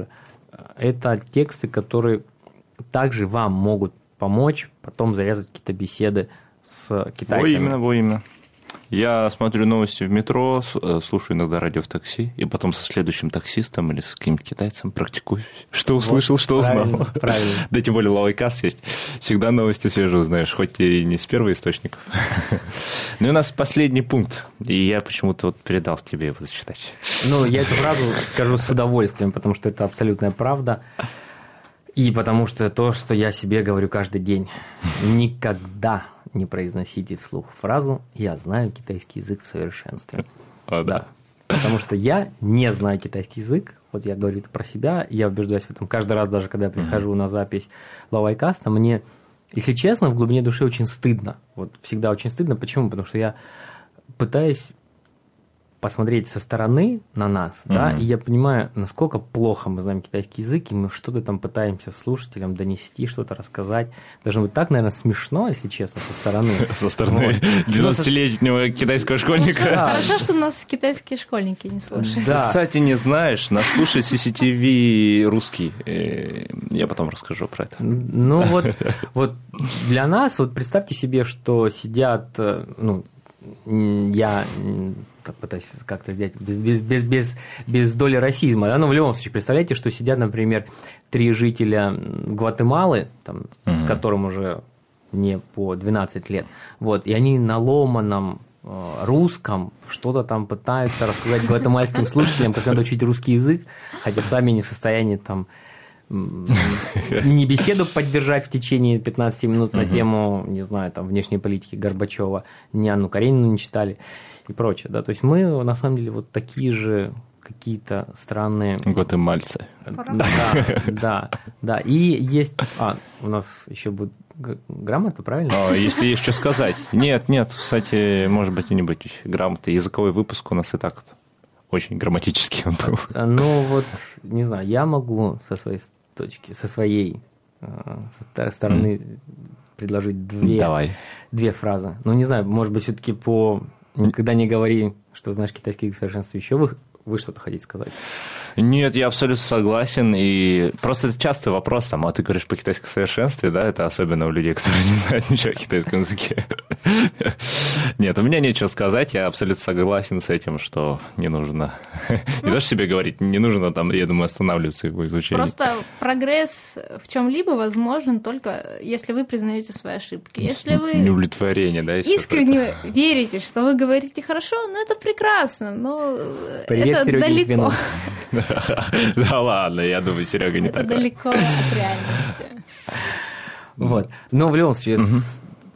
это тексты, которые также вам могут помочь потом завязывать какие-то беседы с китайцами. Во именно. Я смотрю новости в метро, слушаю иногда радио в такси, и потом со следующим таксистом или с каким-то китайцем практикуюсь. Что услышал, что узнал. Правильно. Да тем более Лавайкаст есть. Всегда новости свежие узнаешь, хоть и не с первоисточников. Ну и у нас последний пункт, и я почему-то передал тебе его зачитать. Ну, я эту фразу скажу с удовольствием, потому что это абсолютная правда. И потому что то, что я себе говорю каждый день, никогда не произносите вслух фразу «я знаю китайский язык в совершенстве». Да. Потому что я не знаю китайский язык, вот я говорю это про себя, я убеждаюсь в этом каждый раз, даже когда я прихожу на запись Лавайкаста, мне, если честно, в глубине души очень стыдно. Вот всегда очень стыдно. Почему? Потому что я пытаюсь посмотреть со стороны на нас, да, и я понимаю, насколько плохо мы знаем китайский язык, и мы что-то там пытаемся слушателям донести, что-то рассказать. Должно быть так, наверное, смешно, если честно, со стороны. Со стороны 12-летнего китайского школьника. Хорошо, что нас китайские школьники не слушают. Ты, кстати, не знаешь, нас слушает CCTV русский. Я потом расскажу про это. Ну вот для нас, вот представьте себе, что сидят, я пытаюсь как-то сделать без доли расизма, да? Но в любом случае, представляете, что сидят, например, 3 жителя Гватемалы, там, которым уже не по 12 лет, вот, и они на ломаном русском что-то там пытаются рассказать гватемальским слушателям, как надо учить русский язык, хотя сами не в состоянии там не беседу поддержать в течение 15 минут на тему, не знаю, там, внешней политики Горбачева, ни Анну Каренину не читали и прочее, да, то есть мы, на самом деле, вот такие же какие-то странные... Гватемальцы. Да, и есть... у нас еще будет грамота, правильно? Если есть что сказать. Нет, кстати, может быть, и не быть грамоты. Языковой выпуск у нас и так очень грамматический он был. Ну, вот, не знаю, я могу со своей стороны предложить две фразы. Ну, не знаю, может быть, все-таки «никогда не говори, что знаешь китайский язык в совершенстве». Еще вы что-то хотите сказать? Нет, я абсолютно согласен. И просто это частый вопрос, там, а ты говоришь по китайскому совершенстве, да, это особенно у людей, которые не знают ничего о китайском языке. Нет, у меня нечего сказать, я абсолютно согласен с этим, что не нужно, не то, что себе говорить, не нужно там, я думаю, останавливаться его изучение. Просто прогресс в чем-либо возможен только если вы признаете свои ошибки. Если вы неудовлетворение, да, искренне верите, что вы говорите хорошо, это прекрасно, но привет, это Серёге далеко. Литвину. Да ладно, я думаю, Серега не это такой. Это далеко от реальности. Вот. Но в любом случае,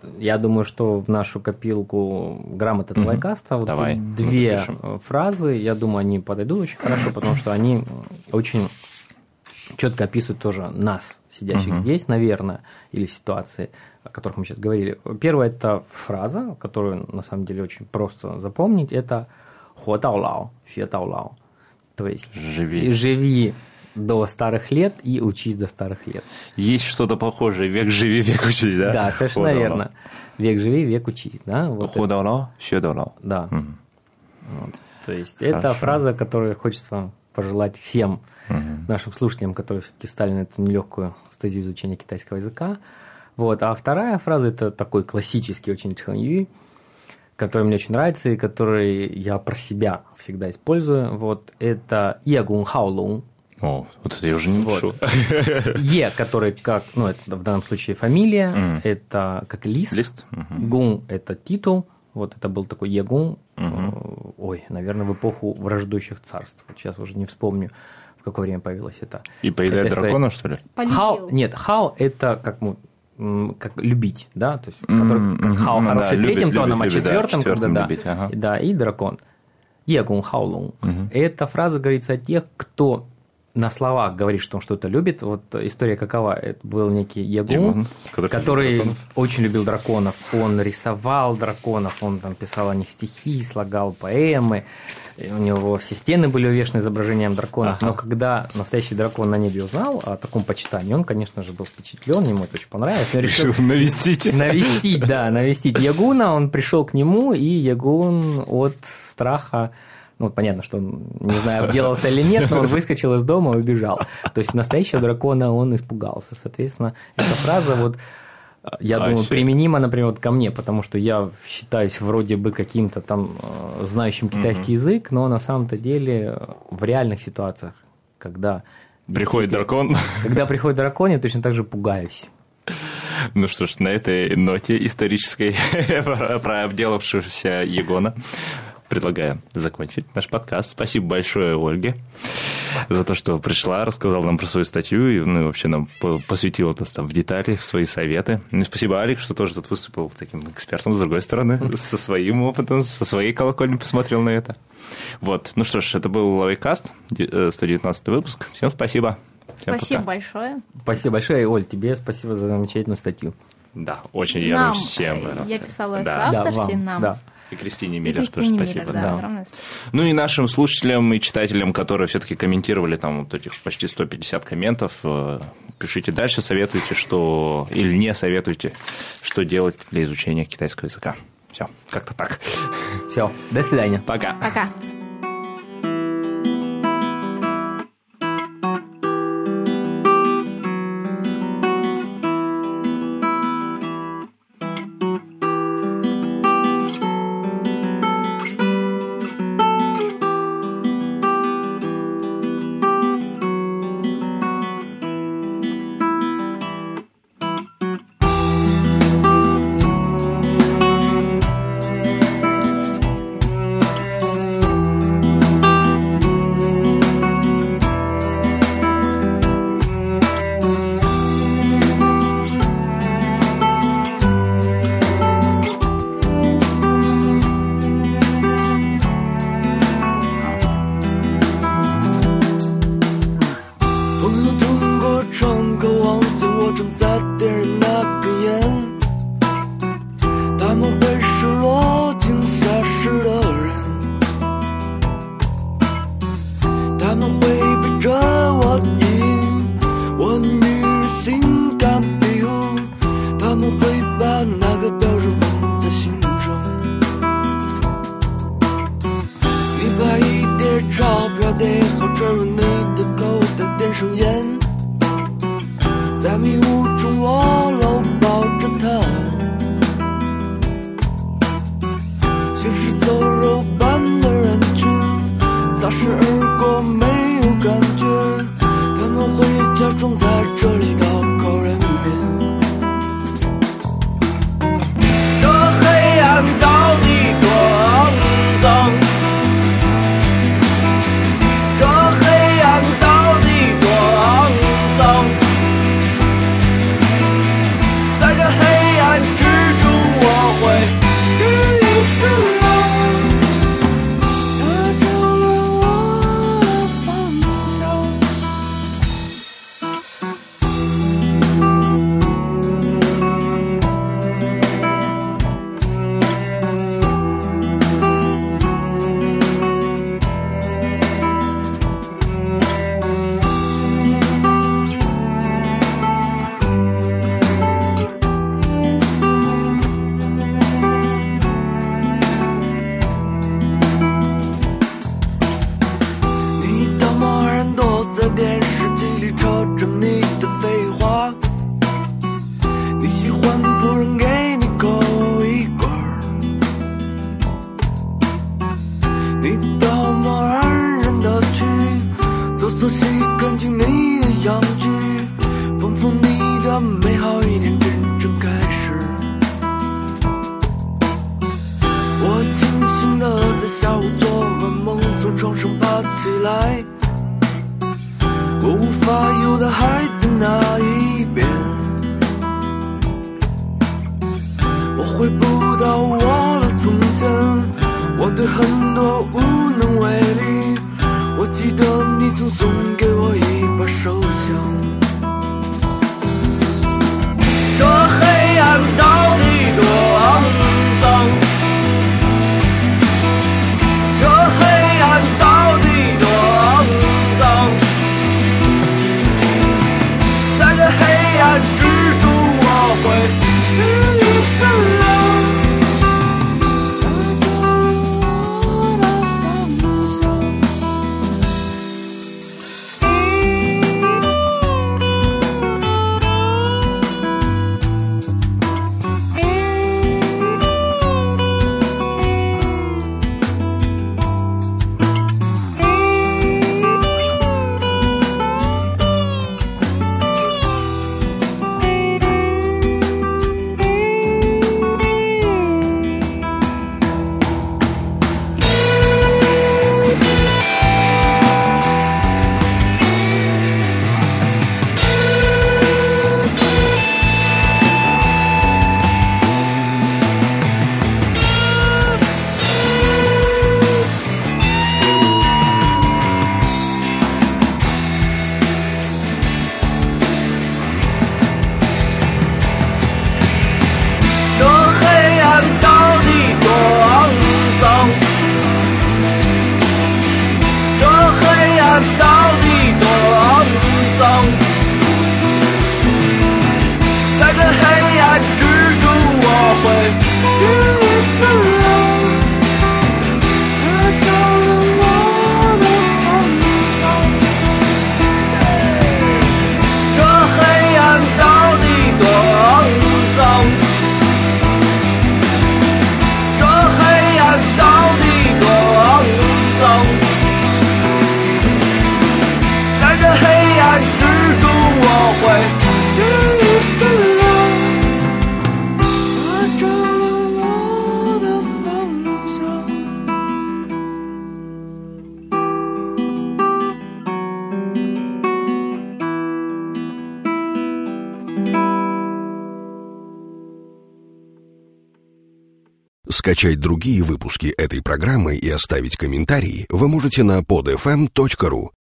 я думаю, что в нашу копилку грамот от лайкаста вот две фразы, я думаю, они подойдут очень хорошо, потому что они очень четко описывают тоже нас, сидящих здесь, наверное, или ситуации, о которых мы сейчас говорили. Первая – это фраза, которую на самом деле очень просто запомнить, это «хо тао лао, xue тао лао». То есть живи до старых лет и учись до старых лет. Есть что-то похожее. Век живи, век учись, да? Да, совершенно верно. Век живи, век учись. Да? Вот хо дао лао, xue дао лао. Да. Вот. То есть это фраза, которую хочется пожелать всем нашим слушателям, которые все-таки стали на эту нелегкую стезию изучения китайского языка. Вот. А вторая фраза – это такой классический очень чхэнью, который мне очень нравится и который я про себя всегда использую. Вот. Это «Е-гун хао-лун». О, вот это я уже не пишу. Е, который как, ну, это в данном случае фамилия, это как лист. Гун – это титул. Вот это был такой Е-гун. Ой, наверное, в эпоху враждующих царств. Вот сейчас уже не вспомню, в какое время появилась это. И поедает дракона, что ли? Хао, нет, хао – это как любить, да, то есть который, как хао хороший третьим тоном, а четвертым, когда да, и дракон. Е-гун хао-лун. Эта фраза говорится о тех, кто на словах говорит, что он что-то любит. Вот история какова? Это был некий Е-гун, который очень любил драконов. Он рисовал драконов, он там писал о них стихи, слагал поэмы. И у него все стены были увешаны изображением драконов. Но когда настоящий дракон на небе узнал о таком почитании, он, конечно же, был впечатлен, ему это очень понравилось. Он решил навестить Е-гуна. Он пришел к нему, и Е-гун от страха, ну, понятно, что он, не знаю, обделался или нет, но он выскочил из дома и убежал. То есть настоящего дракона он испугался. Соответственно, эта фраза, вот, я думаю, применима, например, вот ко мне, потому что я считаюсь вроде бы каким-то там знающим китайский язык, но на самом-то деле в реальных ситуациях, когда приходит дракон, я точно так же пугаюсь. Ну что ж, на этой ноте исторической про обделавшегося Егона предлагаю закончить наш подкаст. Спасибо большое Ольге за то, что пришла, рассказала нам про свою статью и вообще нам посвятила нас там в детали, свои советы. Ну и спасибо, Алик, что тоже тут выступил таким экспертом с другой стороны, со своим опытом, со своей колокольни посмотрел на это. Вот. Ну что ж, это был Лавейкаст, 119 выпуск. Всем спасибо. Всем спасибо пока. большое. Спасибо большое, Оль, тебе спасибо за замечательную статью. Да, очень я всем. Я писала в авторстве нам. Да. И Кристине Миллер тоже спасибо. Да. Ну и нашим слушателям и читателям, которые все-таки комментировали там вот этих почти 150 комментов, пишите дальше, советуйте, что или не советуйте, что делать для изучения китайского языка. Все, как-то так. Все, до свидания. Пока. Пока. 在这黑暗之中你多么安然的去厕所洗干净你的阳具，丰富你的美好一天真正开始。我清醒的在下午做完梦，从床上爬起来，我无法游到海的那一边，我回不到我的从前，我对很多无能为力。我记得你曾送给我一把手枪，这黑暗到底多肮脏，这黑暗到底多肮脏，在这黑暗之中我会与你分离。 Скачать другие выпуски этой программы и оставить комментарии вы можете на podfm.ru.